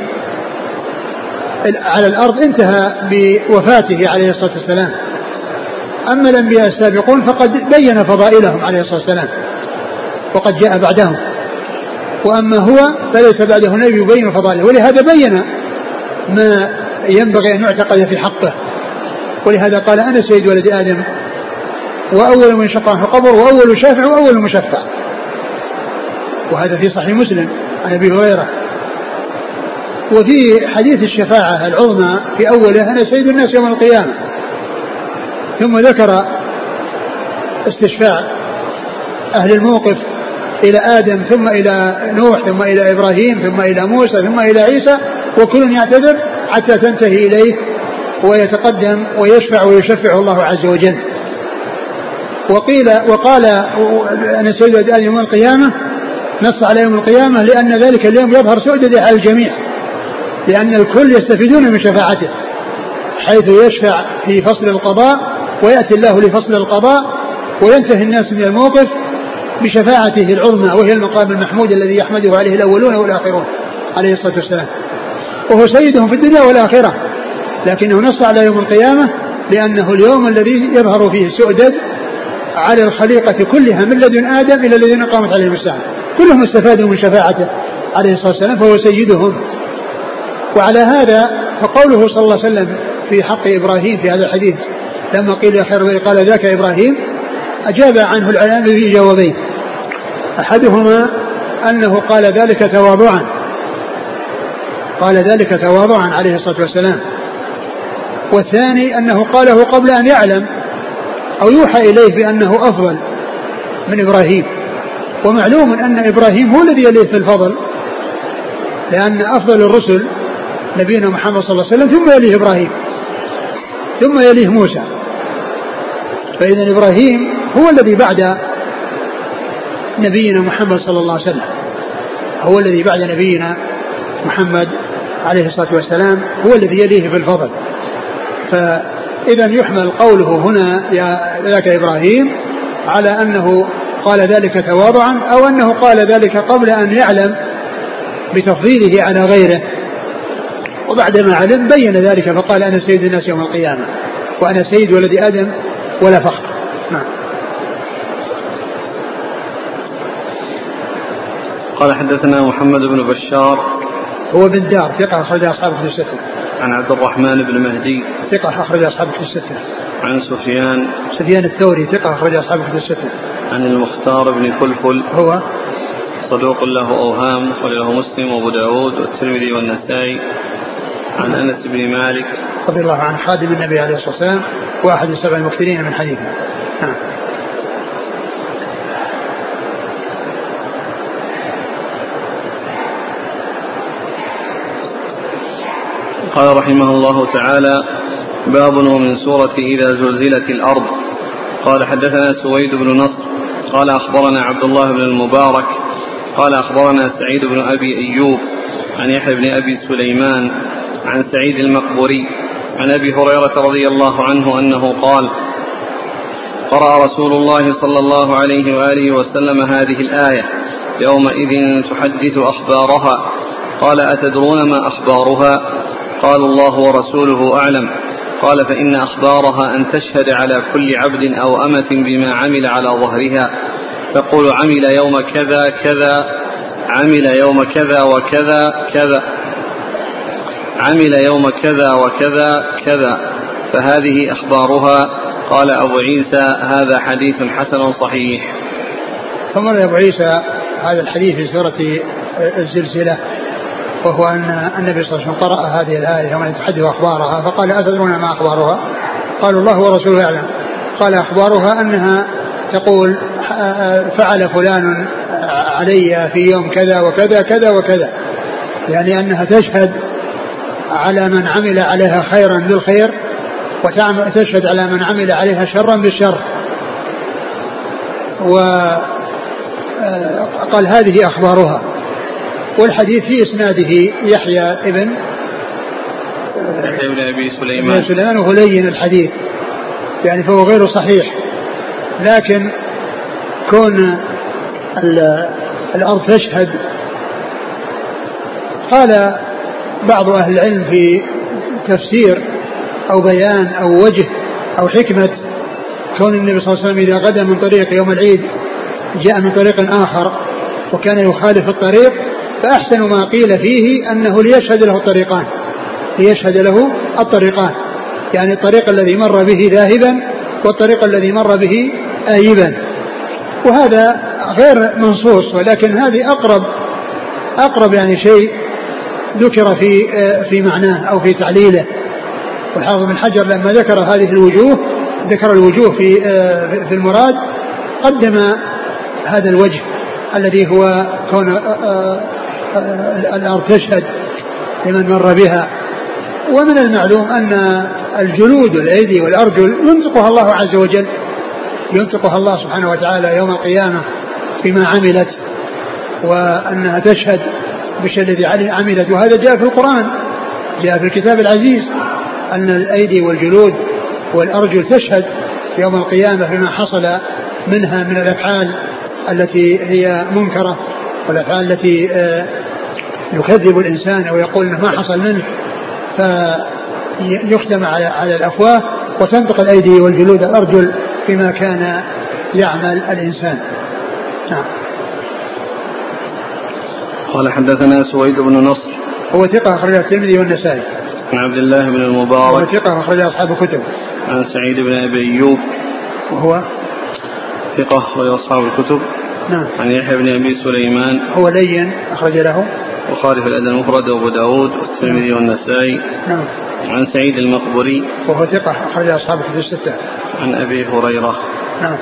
على الأرض انتهى بوفاته عليه الصلاة والسلام. أما الأنبياء السابقون فقد بين فضائلهم عليه الصلاة والسلام وقد جاء بعدهم، وأما هو فليس بعده نبي يبين فضائله، ولهذا بين ما ينبغي أن يعتقد في حقه. ولهذا قال: أنا سيد ولد آدم وأول من شق عنه قبر وأول شافع وأول مشفع. وهذا في صحيح مسلم عن أبي هريرة. وفي حديث الشفاعة العظمى في أوله: أنا سيد الناس يوم القيامة. ثم ذكر استشفاع أهل الموقف إلى آدم، ثم إلى نوح، ثم إلى إبراهيم، ثم إلى موسى، ثم إلى عيسى، وكل يعتذر حتى تنتهي إليه ويتقدم ويشفع ويشفعه الله عز وجل. وقال: أنا سيد ولد آدم يوم القيامة، نص على يوم القيامة لأن ذلك اليوم يظهر سؤدد على الجميع، لأن الكل يستفيدون من شفاعته، حيث يشفع في فصل القضاء ويأتي الله لفصل القضاء وينتهي الناس من الموقف بشفاعته العظمى، وهي المقام المحمود الذي يحمده عليه الأولون والآخرون عليه الصلاة والسلام، وهو سيدهم في الدنيا والآخرة. لكنه نص على يوم القيامة لأنه اليوم الذي يظهر فيه السؤدد على الخليقة كلها من لدن آدم إلى الذين قامت عليهم الساعة، كلهم استفادوا من شفاعته عليه الصلاة والسلام، فهو سيدهم. وعلى هذا فقوله صلى الله عليه وسلم في حق إبراهيم في هذا الحديث لما قيل يا خير قال: ذاك إبراهيم، أجاب عنه العلماء في جوابين: أحدهما أنه قال ذلك تواضعا، قال ذلك تواضعا عليه الصلاة والسلام، والثاني أنه قاله قبل أن يعلم أو يوحى إليه بأنه أفضل من إبراهيم. ومعلوم أن إبراهيم هو الذي يليه في الفضل، لأن أفضل الرسل نبينا محمد صلى الله عليه وسلم، ثم يليه إبراهيم، ثم يليه موسى. فإذا إبراهيم هو الذي بعد نبينا محمد صلى الله عليه وسلم، هو الذي بعد نبينا محمد عليه الصلاة والسلام، هو الذي يليه في الفضل. فإذا يحمل قوله هنا يا ذاك إبراهيم على أنه قال ذلك تواضعا، أو أنه قال ذلك قبل أن يعلم بتفضيله على غيره، وبعدما علم بين ذلك فقال أنا سيد الناس يوم القيامة، وأنا سيد ولد آدم ولا فخر. نعم. قال حدثنا محمد بن بشار هو بن دار ثقة أخرج أصحابه في الستة. عن عبد الرحمن بن مهدي ثقة أخرج أصحابه في الستة. عن سفيان الثوري ثقة أخرج أصحابه في الستة. عن المختار بن فلفل هو صدوق له أوهام وله مسلم وأبو داود والترمذي والنسائي. عن أنس بن مالك رضي الله عنه خادم النبي عليه الصلاة والسلام واحد السبع المكثرين من حديثه. قال رحمه الله تعالى: باب ومن سورة إذا زلزلت الأرض. قال حدثنا سويد بن نصر قال أخبرنا عبد الله بن المبارك قال أخبرنا سعيد بن أبي أيوب عن يحيى بن أبي سليمان عن سعيد المقبوري عن أبي هريرة رضي الله عنه أنه قال: قرأ رسول الله صلى الله عليه وآله وسلم هذه الآية: يومئذ تحدث أخبارها. قال: أتدرون ما أخبارها؟ قالوا: الله ورسوله أعلم. قال: فإن أخبارها أن تشهد على كل عبد أو أمة بما عمل على ظهرها، تقول: عمل يوم كذا كذا، عمل يوم كذا وكذا كذا، عمل يوم كذا وكذا كذا، فهذه أخبارها. قال أبو عيسى: هذا حديث حسن صحيح. ثم أبو عيسى هذا الحديث في سورة الزلزلة، وهو أن النبي صلى الله عليه وسلم قرأ هذه الآية يوم تحدث أخبارها، فقال: أتدرون ما أخبارها؟ قالوا: الله ورسوله يعلم. قال: أخبارها أنها تقول: فعل فلان علي في يوم كذا وكذا كذا وكذا، يعني أنها تشهد على من عمل عليها خيرا بالخير، وتشهد على من عمل عليها شرا بالشر. وقال: هذه أخبارها. والحديث في إسناده يحيى ابن أبي سليمان وهو لين الحديث، يعني فهو غير صحيح. لكن كون الأرض تشهد، قال بعض أهل العلم في تفسير أو بيان أو وجه أو حكمة كون النبي صلى الله عليه وسلم إذا غدا من طريق يوم العيد جاء من طريق آخر وكان يخالف الطريق، فأحسن ما قيل فيه أنه ليشهد له الطريقان، ليشهد له الطريقان، يعني الطريق الذي مر به ذاهبا والطريق الذي مر به آيبا. وهذا غير منصوص، ولكن هذه أقرب يعني شيء ذكر في معناه أو في تعليله. والحافظ بن حجر لما ذكر هذه الوجوه، ذكر الوجوه في المراد، قدم هذا الوجه الذي هو كون الأرض تشهد لمن مر بها. ومن المعلوم أن الجلود والأيدي والأرجل ينطقها الله عز وجل، ينطقها الله سبحانه وتعالى يوم القيامة بما عملت، وأنها تشهد بالشيء الذي عملت. وهذا جاء في القرآن، جاء في الكتاب العزيز أن الأيدي والجلود والأرجل تشهد يوم القيامة بما حصل منها من الأفعال التي هي منكرة، والأفعال التي يكذب الإنسان أو يقول إنه ما حصل منه، فيختم على الأفواه، وتنطق الأيدي والجلود الأرجل بما كان يعمل الإنسان. نعم. قال حدثنا سويد بن نصر هو ثقة أخرجه الترمذي والنسائي. عن عبد الله بن المبارك هو ثقة أخرجه أصحاب الكتب. عن سعيد بن أبي أيوب وهو ثقة أخرجه أصحاب الكتب. نعم. عن يحيى بن أبي سليمان هو لين أخرج له البخاري في الأدب المفرد وأبو داود والترمذي والنسائي. نعم. عن سعيد المقبري وهو ثقة أخرج أصحاب الكتب الستة. عن أبي هريرة. نعم.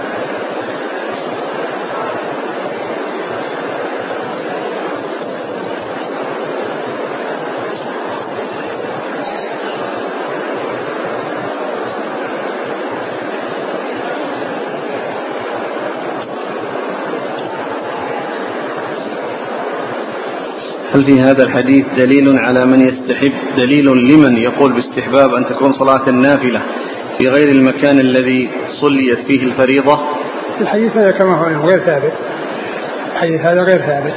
هل في هذا الحديث دليل على من يستحب، دليل لمن يقول باستحباب أن تكون صلاة النافلة في غير المكان الذي صليت فيه الفريضة؟ الحديث هذا كما هو غير ثابت، الحديث هذا غير ثابت،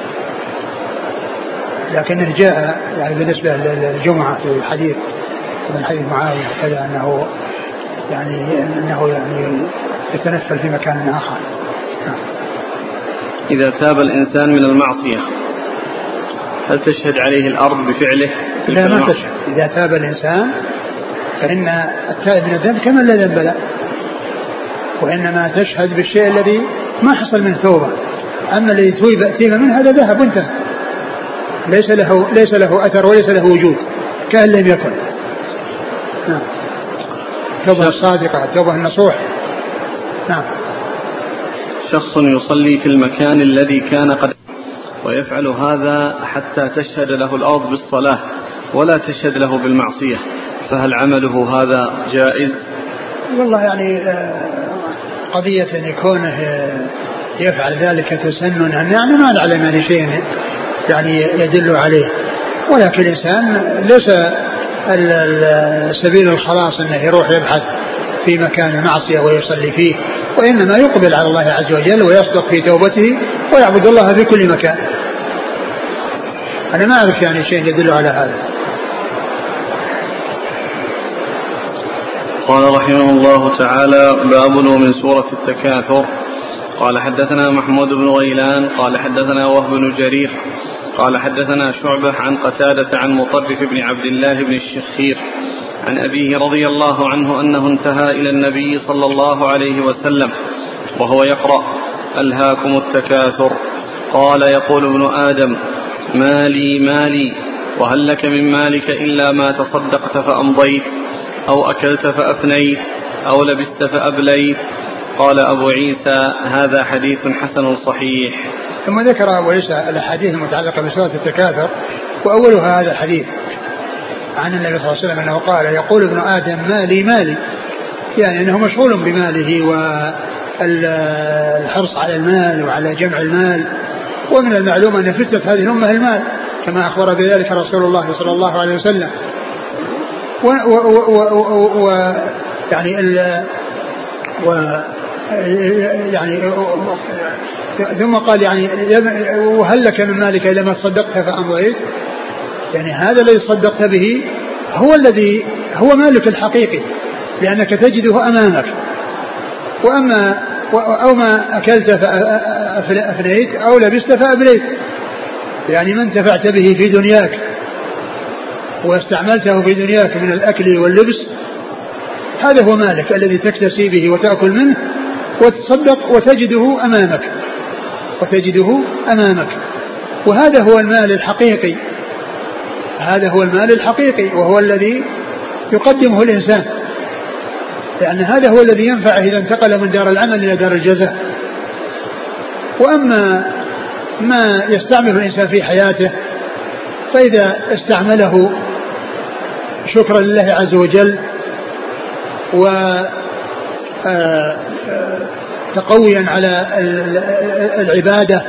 لكنه جاء يعني بالنسبة للجمعة في الحديث من حديث معاوية كذا أنه يعني يتنفل في مكان آخر. إذا تاب الإنسان من المعصية هل تشهد عليه الأرض بفعله؟ لا، ما تشهد. إذا تاب الإنسان فإن التائب من الذنب كما لا ذنب له، وإنما تشهد بالشيء الذي ما حصل من توبة. أما الذي تيب منه هذا ذهب وانتهى، ليس له أثر وليس له وجود، كأن لم يكن. نعم. التوبة الصادقة، التوبة النصوح. نعم. شخص يصلي في المكان الذي كان قد ويفعل هذا حتى تشهد له الأرض بالصلاة ولا تشهد له بالمعصية، فهل عمله هذا جائز؟ والله يعني قضية أن يكونه يفعل ذلك تسننا يعني ما نعلم يعني شيء يعني يدل عليه، ولكن الإنسان ليس سبيل الخلاص أنه يروح يبحث في مكان معصية ويصلي فيه، وإنما يقبل على الله عز وجل ويصدق في توبته ويعبد الله في كل مكان. أنا ما أعرف يعني شيء يدل على هذا. قال رحمه الله تعالى: باب من سورة التكاثر. قال حدثنا محمود بن غيلان قال حدثنا وهب بن جرير قال حدثنا شعبة عن قتادة عن مطرف بن عبد الله بن الشخير عن أبيه رضي الله عنه أنه انتهى إلى النبي صلى الله عليه وسلم وهو يقرأ: ألهاكم التكاثر. قال: يقول ابن آدم: مالي مالي، وهل لك من مالك إلا ما تصدقت فأمضيت، أو أكلت فأفنيت، أو لبست فأبليت. قال أبو عيسى: هذا حديث حسن صحيح. ثم ذكر أبو عيسى الأحاديث المتعلقة بسورة التكاثر، وأولها هذا الحديث عن النبي صلى الله عليه وسلم أنه قال: يقول ابن آدم مالي مالي، يعني أنه مشغول بماله والحرص على المال وعلى جمع المال، ومن المعلوم أن فتنة هذه الأمة المال كما أخبر بذلك رسول الله صلى الله عليه وسلم. ثم قال يعني وهل لك من مالك إلا ما تصدقت فأمضيت، يعني هذا الذي صدقت به هو الذي هو مالك الحقيقي، لأنك تجده أمامك. وأما أو ما أكلت فأفنيت أو لبست فأبليت، يعني ما انتفعت به في دنياك واستعملته في دنياك من الأكل واللبس، هذا هو مالك الذي تكتسي به وتأكل منه وتصدق وتجده أمامك. وهذا هو المال الحقيقي، هذا هو المال الحقيقي، وهو الذي يقدمه الإنسان، لأن هذا هو الذي ينفعه إذا انتقل من دار العمل إلى دار الجزاء. وأما ما يستعمله الإنسان في حياته فإذا استعمله شكرا لله عز وجل وتقويا على العبادة،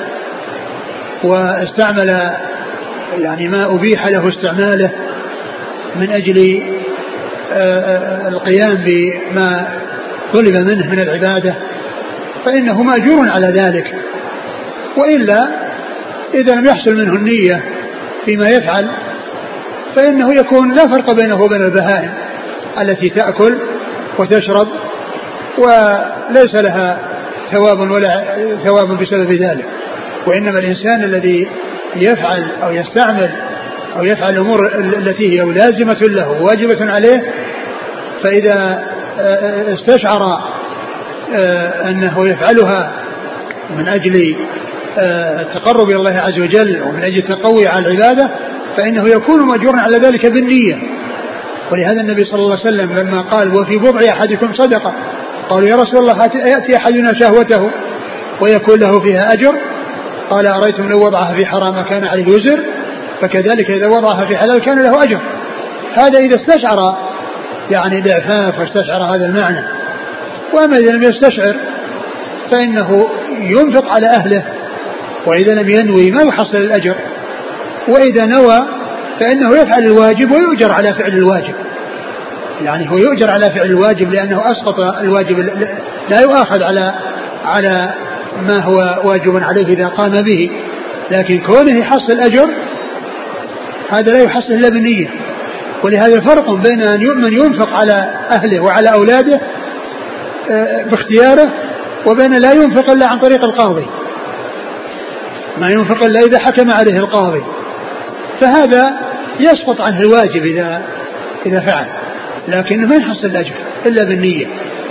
واستعمل يعني ما أبيح له استعماله من أجل القيام بما طلب منه من العبادة، فإنه مأجور على ذلك. وإلا إذا لم يحصل منه النية فيما يفعل فإنه يكون لا فرق بينه وبين البهائم التي تأكل وتشرب وليس لها ثواب ولا ثواب بسبب ذلك. وإنما الإنسان الذي يفعل أو يستعمل أو يفعل الأمور التي هي لازمة له واجبة عليه، فإذا استشعر أنه يفعلها من أجل التقرب إلى الله عز وجل ومن أجل التقوي على العبادة، فإنه يكون مأجورا على ذلك بالنية، ولهذا النبي صلى الله عليه وسلم لما قال وفي بضع أحدكم صدقة قالوا يا رسول الله يأتي أحدنا شهوته ويكون له فيها أجر قال أرأيتم لو وضعها في حرام كان عليه وزر فكذلك إذا وضعها في حلال كان له أجر. هذا إذا استشعر يعني الإعفاف واستشعر هذا المعنى. وأما إذا لم يستشعر فإنه ينفق على أهله وإذا لم ينوي ما يحصل الأجر وإذا نوى فإنه يفعل الواجب ويؤجر على فعل الواجب. يعني هو يؤجر على فعل الواجب لأنه أسقط الواجب لا يؤاخذ على ما هو واجب عليه إذا قام به لكن كونه يحصل أجر هذا لا يحصل إلا بالنية. ولهذا فرق بين من ينفق على أهله وعلى أولاده باختياره وبين لا ينفق إلا عن طريق القاضي ما ينفق إلا إذا حكم عليه القاضي فهذا يسقط عنه الواجب إذا فعل لكنه ما يحصل الأجر إلا بالنية.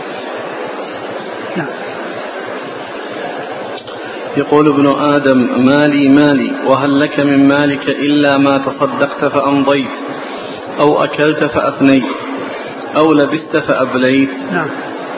نعم. يقول ابن آدم مالي وهل لك من مالك إلا ما تصدقت فأمضيت أو أكلت فأفنيت أو لبست فأبليت. نعم.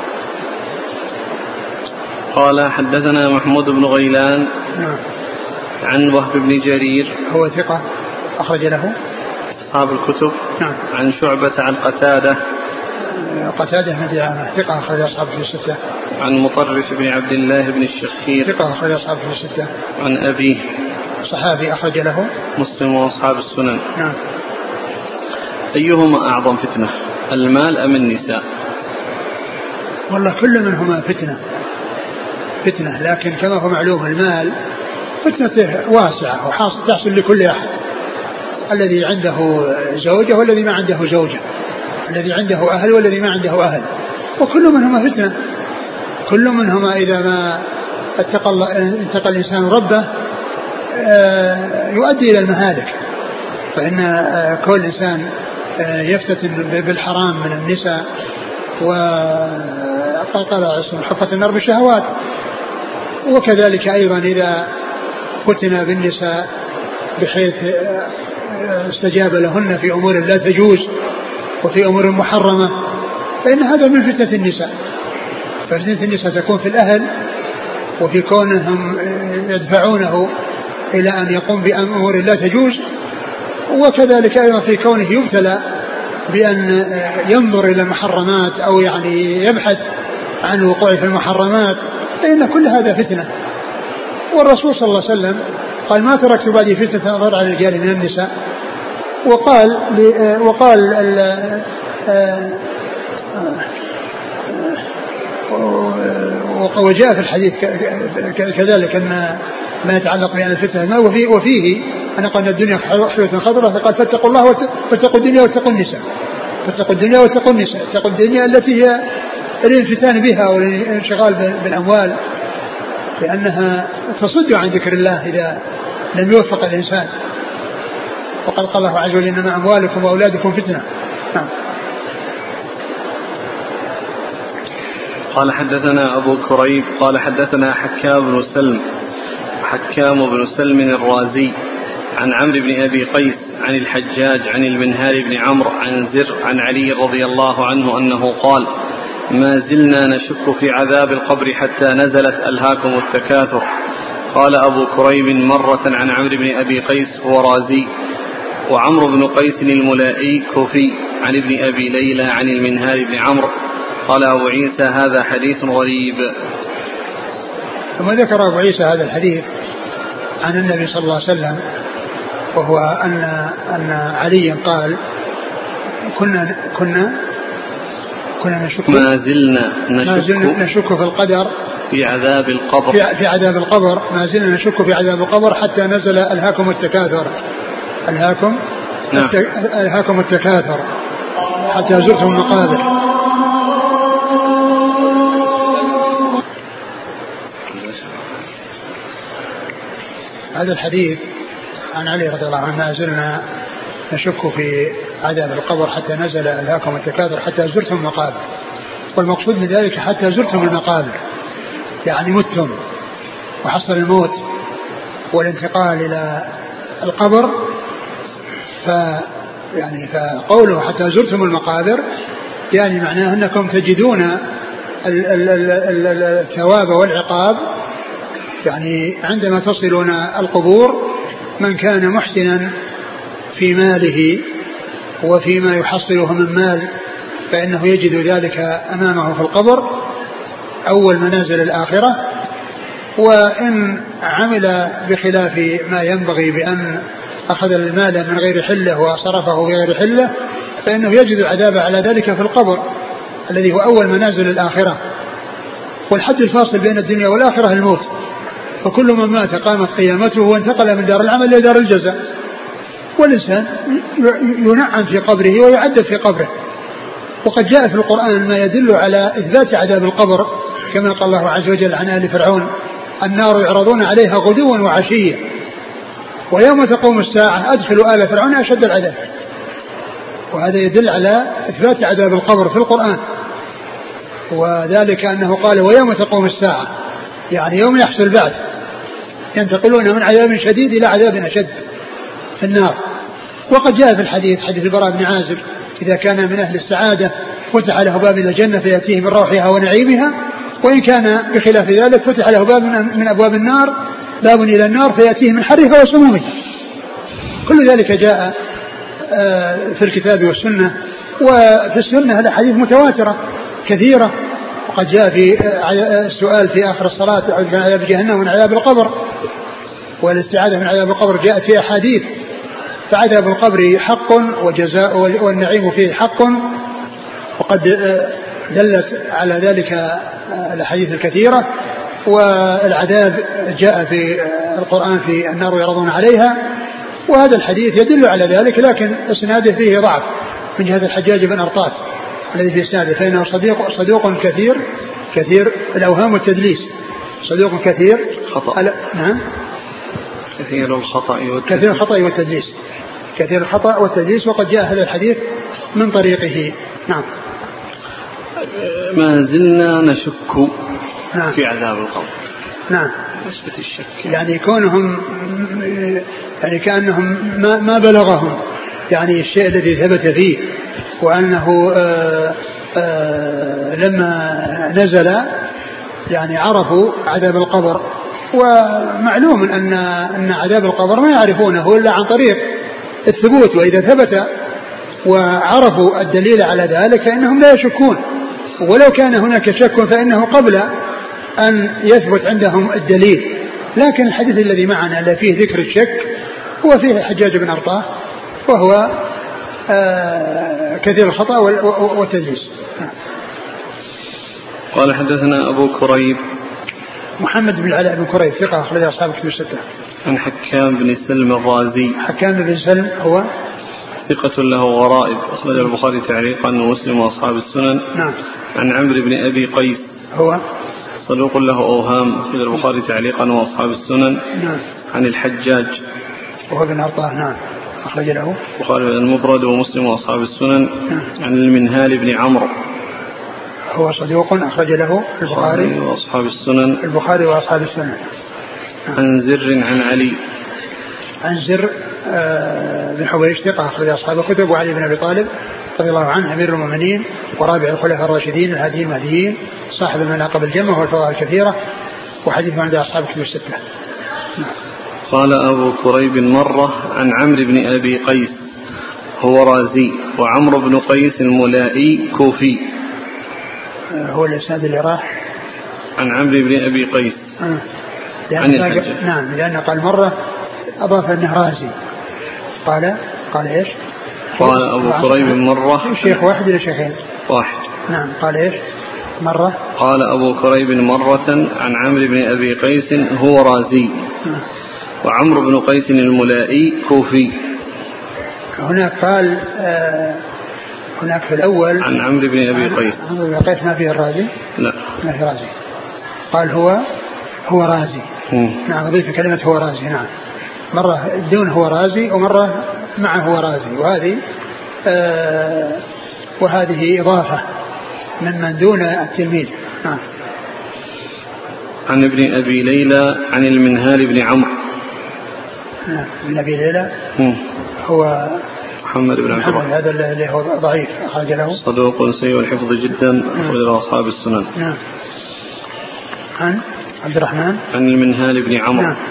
قال حدثنا محمود بن غيلان. نعم. عن وهب بن جرير هو ثقة أخرج له أصحاب الكتب. نعم. عن شعبة عن قتادة بن دعامة ثقة أخرج أصحاب في الستة. عن مطرف بن عبد الله بن الشخير ثقة أخرج أصحاب في الستة. عن أبيه صحابي أخرج له مسلم وأصحاب السنن. نعم. أيهما أعظم فتنة المال أم النساء؟ والله كل منهما فتنة لكن كما هو معلوم المال فتنته واسعة وتحصل لكل أحد الذي عنده زوجة والذي ما عنده زوجة الذي عنده أهل والذي ما عنده أهل وكل منهما فتنة. كل منهما إذا ما اتقى الإنسان ربه يؤدي إلى المهالك. فإن كل إنسان يفتتن بالحرام من النساء وقال اسم حفة النار بالشهوات وكذلك أيضا إذا فتن بالنساء بحيث استجاب لهن في أمور لا تجوز وفي أمور محرمة فإن هذا من فتنة النساء. ففتنة النساء تكون في الأهل وفي كونهم يدفعونه إلى أن يقوم بأمور لا تجوز وكذلك أيضا في كونه يبتلى بأن ينظر إلى المحرمات أو يعني يبحث عن الوقوع في المحرمات فإن كل هذا فتنة. والرسول صلى الله عليه وسلم قال ما تركت بعدي فتنة أضر على الرجال من النساء وقال وجاء في الحديث كذلك أن ما يتعلق بأن الفتنة وفيه أن قال الدنيا حلوة خضراء فقال فاتقوا الله واتقوا الدنيا واتقوا النساء. فاتقوا الدنيا واتقوا النساء. اتقوا الدنيا التي هي الانفتان بها والانشغال بالأموال لأنها تصد عن ذكر الله إذا لم يوفق الإنسان. وقد قال الله عز وجل إنما أموالكم وأولادكم فتنة. نعم. قال حدثنا أبو كريب قال حدثنا حكام بن سلم الرازي عن عمرو بن أبي قيس عن الحجاج عن المنهال بن عمرو عن زر عن علي رضي الله عنه أنه قال ما زلنا نشك في عذاب القبر حتى نزلت ألهاكم التكاثر. قال أبو كريب مرة عن عمرو بن أبي قيس هو رازي وعمرو بن قيس الملائي كوفي عن ابن أبي ليلى عن المنهال بن عمرو. قال أبو عيسى هذا حديث غريب. ثم ذكر أبو عيسى هذا الحديث عن النبي صلى الله عليه وسلم وهو أن علي قال كنا نشك ما زلنا نشك في القدر في عذاب القبر في عذاب القبر ما زلنا نشك في عذاب القبر حتى نزل ألهاكم التكاثر ألهاكم التكاثر حتى زرتم المقابر. هذا الحديث عن علي رضي الله عنه ما زلنا نشك في عذاب القبر حتى نزل ألهاكم التكاثر حتى زرتم المقابر. والمقصود من ذلك حتى زرتم المقابر يعني متم وحصل الموت والانتقال إلى القبر يعني فقوله حتى زرتم المقابر يعني معناه أنكم تجدون الثواب والعقاب يعني عندما تصلون القبور. من كان محسنا في ماله وفيما يحصله من مال فإنه يجد ذلك أمامه في القبر أول منازل الآخرة. وإن عمل بخلاف ما ينبغي بأن أخذ المال من غير حله وصرفه بغير حله فإنه يجد العذاب على ذلك في القبر الذي هو أول منازل الآخرة. والحد الفاصل بين الدنيا والآخرة الموت، فكل من مات قامت قيامته وانتقل من دار العمل إلى دار الجزاء. والإنسان ينعم في قبره ويعذب في قبره. وقد جاء في القرآن ما يدل على إثبات عذاب القبر كما قال الله عز وجل عن آل فرعون النار يعرضون عليها غدوا وعشيا ويوم تقوم الساعة أدخلوا آل فرعون أشد العذاب. وهذا يدل على إثبات عذاب القبر في القرآن. وذلك أنه قال ويوم تقوم الساعة يعني يوم يحصل البعث ينتقلون من عذاب شديد إلى عذاب أشد في النار. وقد جاء في الحديث حديث البراء بن عازب إذا كان من أهل السعادة فتح له باب إلى الجنة فيأتيه من روحها ونعيمها، وإن كان بخلاف ذلك فتح له باب من أبواب النار باب إلى النار فيأتيه من حرها وسمومها. كل ذلك جاء في الكتاب والسنة. وفي السنة الأحاديث متواترة كثيرة. وقد جاء في السؤال في آخر الصلاة أعوذ من عذاب جهنم ومن عذاب القبر، والاستعاذة من عذاب القبر جاءت في أحاديث. فعذاب القبر حق وجزاء والنعيم فيه حق، وقد دلت على ذلك الأحاديث الكثيرة. والعذاب جاء في القرآن في النار يعرضون عليها، وهذا الحديث يدل على ذلك لكن اسناده فيه ضعف من جهة الحجاج بن أرطات الذي في اسناده فإنه صدوق كثير الأوهام والتدليس، صدوق كثير خطأ. نعم كثير الخطأ والتدليس وقد جاء هذا الحديث من طريقه. نعم. ما زلنا نشك في عذاب القبر. نعم. نسبة الشك يعني كونهم يعني كأنهم ما بلغهم يعني الشيء الذي ثبت فيه، وأنه لما نزل يعني عرفوا عذاب القبر. ومعلوم أن عذاب القبر ما يعرفونه إلا عن طريق الثبوت، وإذا ثبت وعرفوا الدليل على ذلك فإنهم لا يشكون. ولو كان هناك شك فإنه قبل أن يثبت عندهم الدليل. لكن الحديث الذي معنا الذي فيه ذكر الشك هو فيه الحجاج بن أرطاه وهو كثير الخطأ والتدليس. قال حدثنا أبو كريب محمد بن العلاء بن كريب ثقة أخرج أصحاب الكتب الستة. عن حكام بن سلم الرازي. حكام بن سلم هو ثقة له غرائب أخرج البخاري تعليقا ومسلم وأصحاب السنن. نعم. عن عمرو بن أبي قيس هو صدوق له أوهام أخرج البخاري تعليقا وأصحاب السنن. نعم. عن الحجاج وهو بن أرطاه. نعم. أخرج له البخاري المفرد ومسلم وأصحاب السنن. نعم. عن المنهال بن عمرو هو صدوق أخرج له البخاري وأصحاب السنن. البخاري وأصحاب السنن. عن زر عن علي. عن زر بن حويش ثقة أخرج أصحاب الكتب. وعلي بن أبي طالب رضي الله عنه أمير المؤمنين ورابع الخلفاء الراشدين الهاديين المهديين صاحب المناقب الجمة والفضائل الكثيرة وحديث عند أصحاب الكتب الستة. قال أبو كريب مرة عن عمرو بن أبي قيس هو رازي وعمرو بن قيس الملائي كوفي. هو الإسناد اللي راح عن عمرو بن أبي قيس عن الحجاج. نعم. لأن قال مرة أضاف أنه رازي. قال إيش؟ قال أبو كريب مرة شيخ واحد ولا شيخين؟ واحد. نعم. قال إيش مرة؟ قال أبو كريب مرة عن عمرو بن أبي قيس هو رازي وعمرو بن قيس الملائي كوفي. هناك قال هناك في الأول عن عمرو بن أبي قيس. عمرو بن قيس ما فيه الرازي؟ لا ما فيه رازي. قال هو رازي. نعم. أضيف كلمة هو رازي. نعم. مرة دون هو رازي ومرة مع هو رازي. وهذه إضافة من دون التلميذ. نعم. عن ابن أبي ليلى عن المنهال بن عمرو. نعم. ابن أبي ليلى هو محمد بن عبد الرحمن هذا اللي هو ضعيف أخرج له صدوق سيء الحفظ جدا أخرج له أصحاب السنن. نعم. عن عبد الرحمن عن المنهال بن عمرو. نعم.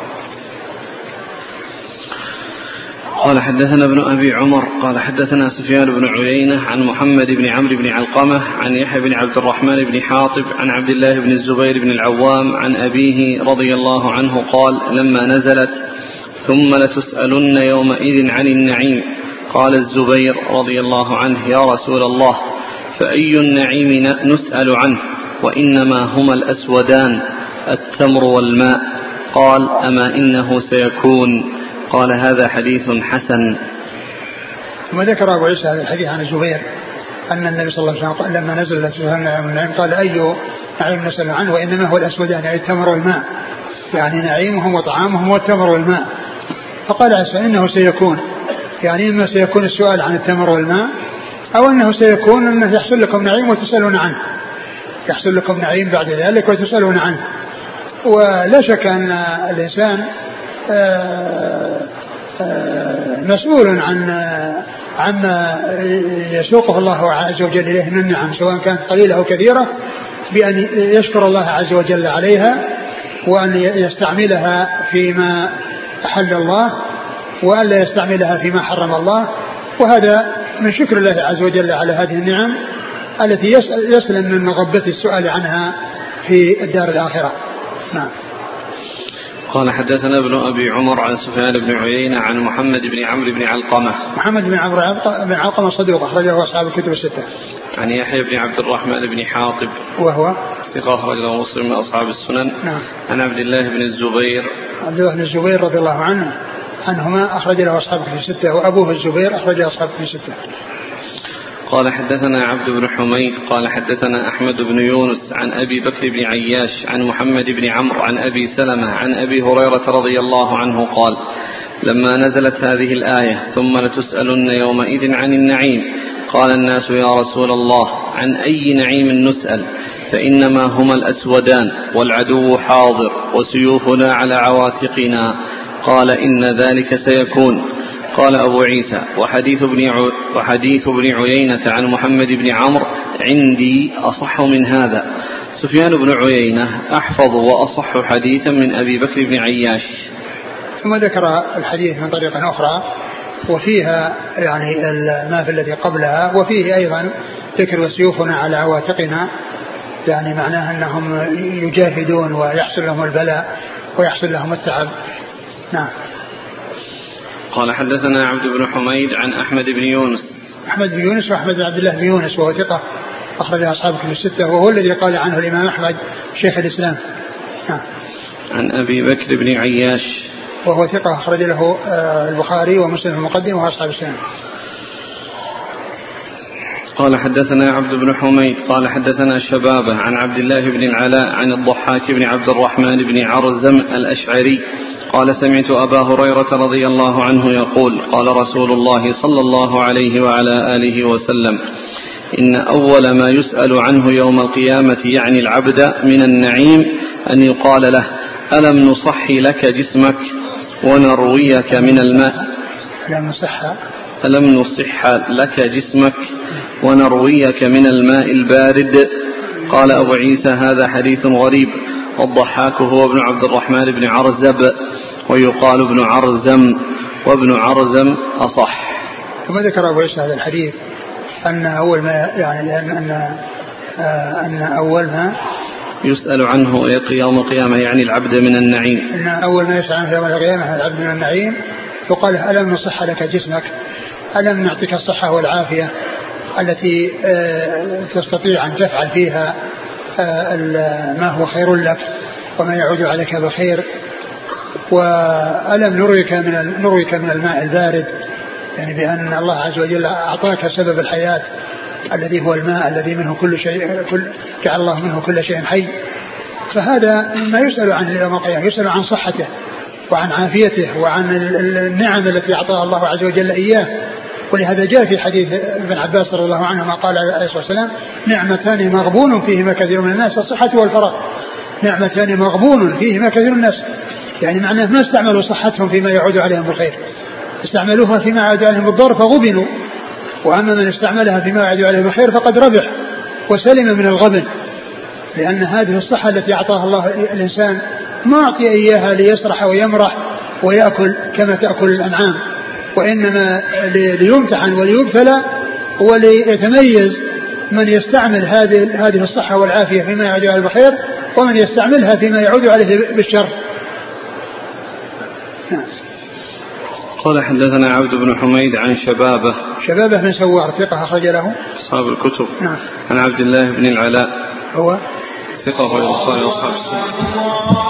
قال حدثنا ابن أبي عمر قال حدثنا سفيان بن عيينة عن محمد بن عمرو بن علقمة عن يحيى بن عبد الرحمن بن حاطب عن عبد الله بن الزبير بن العوام عن أبيه رضي الله عنه قال لما نزلت ثم لتسألن يومئذ عن النعيم قال الزبير رضي الله عنه يا رسول الله فأي النعيم نسأل عنه وإنما هما الأسودان التمر والماء قال أما إنه سيكون قال هذا حديث حسن. ثم ذكر أبو عيسى هذا الحديث عن الزبير أن النبي صلى الله عليه وسلم لما نزل النعيم قال أي نعيم نسأل عنه وإنما هو الأسودان يعني التمر والماء يعني نعيمهم وطعامهم والتمر والماء. فقال عيسى إنه سيكون يعني إما سيكون السؤال عن التمر والماء أو أنه سيكون أنه يحصل لكم نعيم وتسألون عنه يحصل لكم نعيم بعد ذلك وتسألون عنه. ولا شك أن الإنسان مسؤول عما يسوقه الله عز وجل إليه من النعم سواء كانت قليلة أو كثيرة بأن يشكر الله عز وجل عليها وأن يستعملها فيما أحل الله وأن لا يستعملها فيما حرم الله. وهذا من شكر الله عز وجل على هذه النعم التي يسلم من مغبة السؤال عنها في الدار الآخرة. نعم. قال حدثنا ابن أبي عمر عن سفيان بن عيينة عن محمد بن عمرو بن علقمة. محمد بن عمرو بن علقمة صدوق أخرجه أصحاب الكتب الستة. عن يحيى بن عبد الرحمن بن حاطب وهو ثقة أخرج له مسلم من أصحاب السنن. نعم. عن عبد الله بن الزبير رضي الله عنهما أخرج له أصحاب الكتب الستة وأبوه الزبير أخرج له أصحاب الكتب الستة. قال حدثنا عبد بن حميد قال حدثنا أحمد بن يونس عن أبي بكر بن عياش عن محمد بن عمرو عن أبي سلمة عن أبي هريرة رضي الله عنه قال لما نزلت هذه الآية ثم لتسألن يومئذ عن النعيم قال الناس يا رسول الله عن أي نعيم نسأل فإنما هما الأسودان والعدو حاضر وسيوفنا على عواتقنا قال إن ذلك سيكون. قال أبو عيسى وحديث ابن عيينة عن محمد بن عمرو عندي أصح من هذا. سفيان بن عيينة أحفظ وأصح حديثا من أبي بكر بن عياش. ثم ذكر الحديث من طريقة أخرى وفيها يعني ما في الذي قبلها وفيه أيضا ذكر وسيوفنا على عواتقنا يعني معناه أنهم يجاهدون ويحصل لهم البلاء ويحصل لهم التعب. نعم. قال حدثنا عبد بن حميد عن أحمد بن يونس وأحمد بن عبد الله بن يونس وهو ثقة أخرج أصحاب الكتب الستة وهو الذي قال عنه الإمام أحمد شيخ الإسلام. عن أبي بكر بن عياش وهو ثقة أخرج له البخاري ومسلم المقدم وأصحاب السنن. قال حدثنا عبد بن حميد قال حدثنا شبابة عن عبد الله بن العلاء عن الضحاك بن عبد الرحمن بن عرزم الأشعري قال سمعت أبا هريرة رضي الله عنه يقول قال رسول الله صلى الله عليه وعلى آله وسلم إن أول ما يسأل عنه يوم القيامة يعني العبد من النعيم أن يقال له ألم نصحي لك جسمك ونرويك من الماء ألم نصح لك جسمك ونرويك من الماء البارد. قال أبو عيسى هذا حديث غريب والضحاك هو ابن عبد الرحمن بن عرزب ويقال ابن عرزم وابن عرزم أصح. ثم ذكر أبو عيسى هذا الحديث أن أول ما يعني أن أول ما يسأل عنه يوم القيامة يعني العبد من النعيم أن أول ما يسأل عنه يوم القيامة العبد من النعيم يقال ألم نصح لك جسمك ألم نعطيك الصحة والعافية التي تستطيع أن تفعل فيها ما هو خير لك وما يعود عليك بخير وألم نرويك من الماء البارد يعني بأن الله عز وجل أعطاك سبب الحياة الذي هو الماء الذي منه كل شيء جعل الله منه كل شيء حي. فهذا ما يسأل عنه يوم القيامة يسأل عن صحته وعن عافيته وعن النعم التي أعطاها الله عز وجل إياه. ولهذا جاء في حديث ابن عباس رضي الله عنهما قال عليه الصلاة والسلام نعمتان مغبون فيهما كثير من الناس الصحة والفراغ. نعمتان مغبون فيهما كثير من الناس يعني معناه ما استعملوا صحتهم فيما يعود عليهم بالخير استعملوها فيما يعود عليهم بالضر فغبنوا، وأما من استعملها فيما يعود عليه بالخير فقد ربح وسلم من الغبن، لأن هذه الصحة التي أعطاها الله الإنسان ما أعطي إياها ليسرح ويمرح ويأكل كما تأكل الأنعام، وإنما ليمتحن وليبتلى وليتميز من يستعمل هذه الصحة والعافية فيما يعود عليه بالخير ومن يستعملها فيما يعود عليه بالشر. قال حدثنا عبد بن حميد عن شبابه بن سوار ثقة أخرج له أصحاب الكتب. نعم. عن عبد الله بن العلاء هو ثقة أخرج له أصحاب السنة.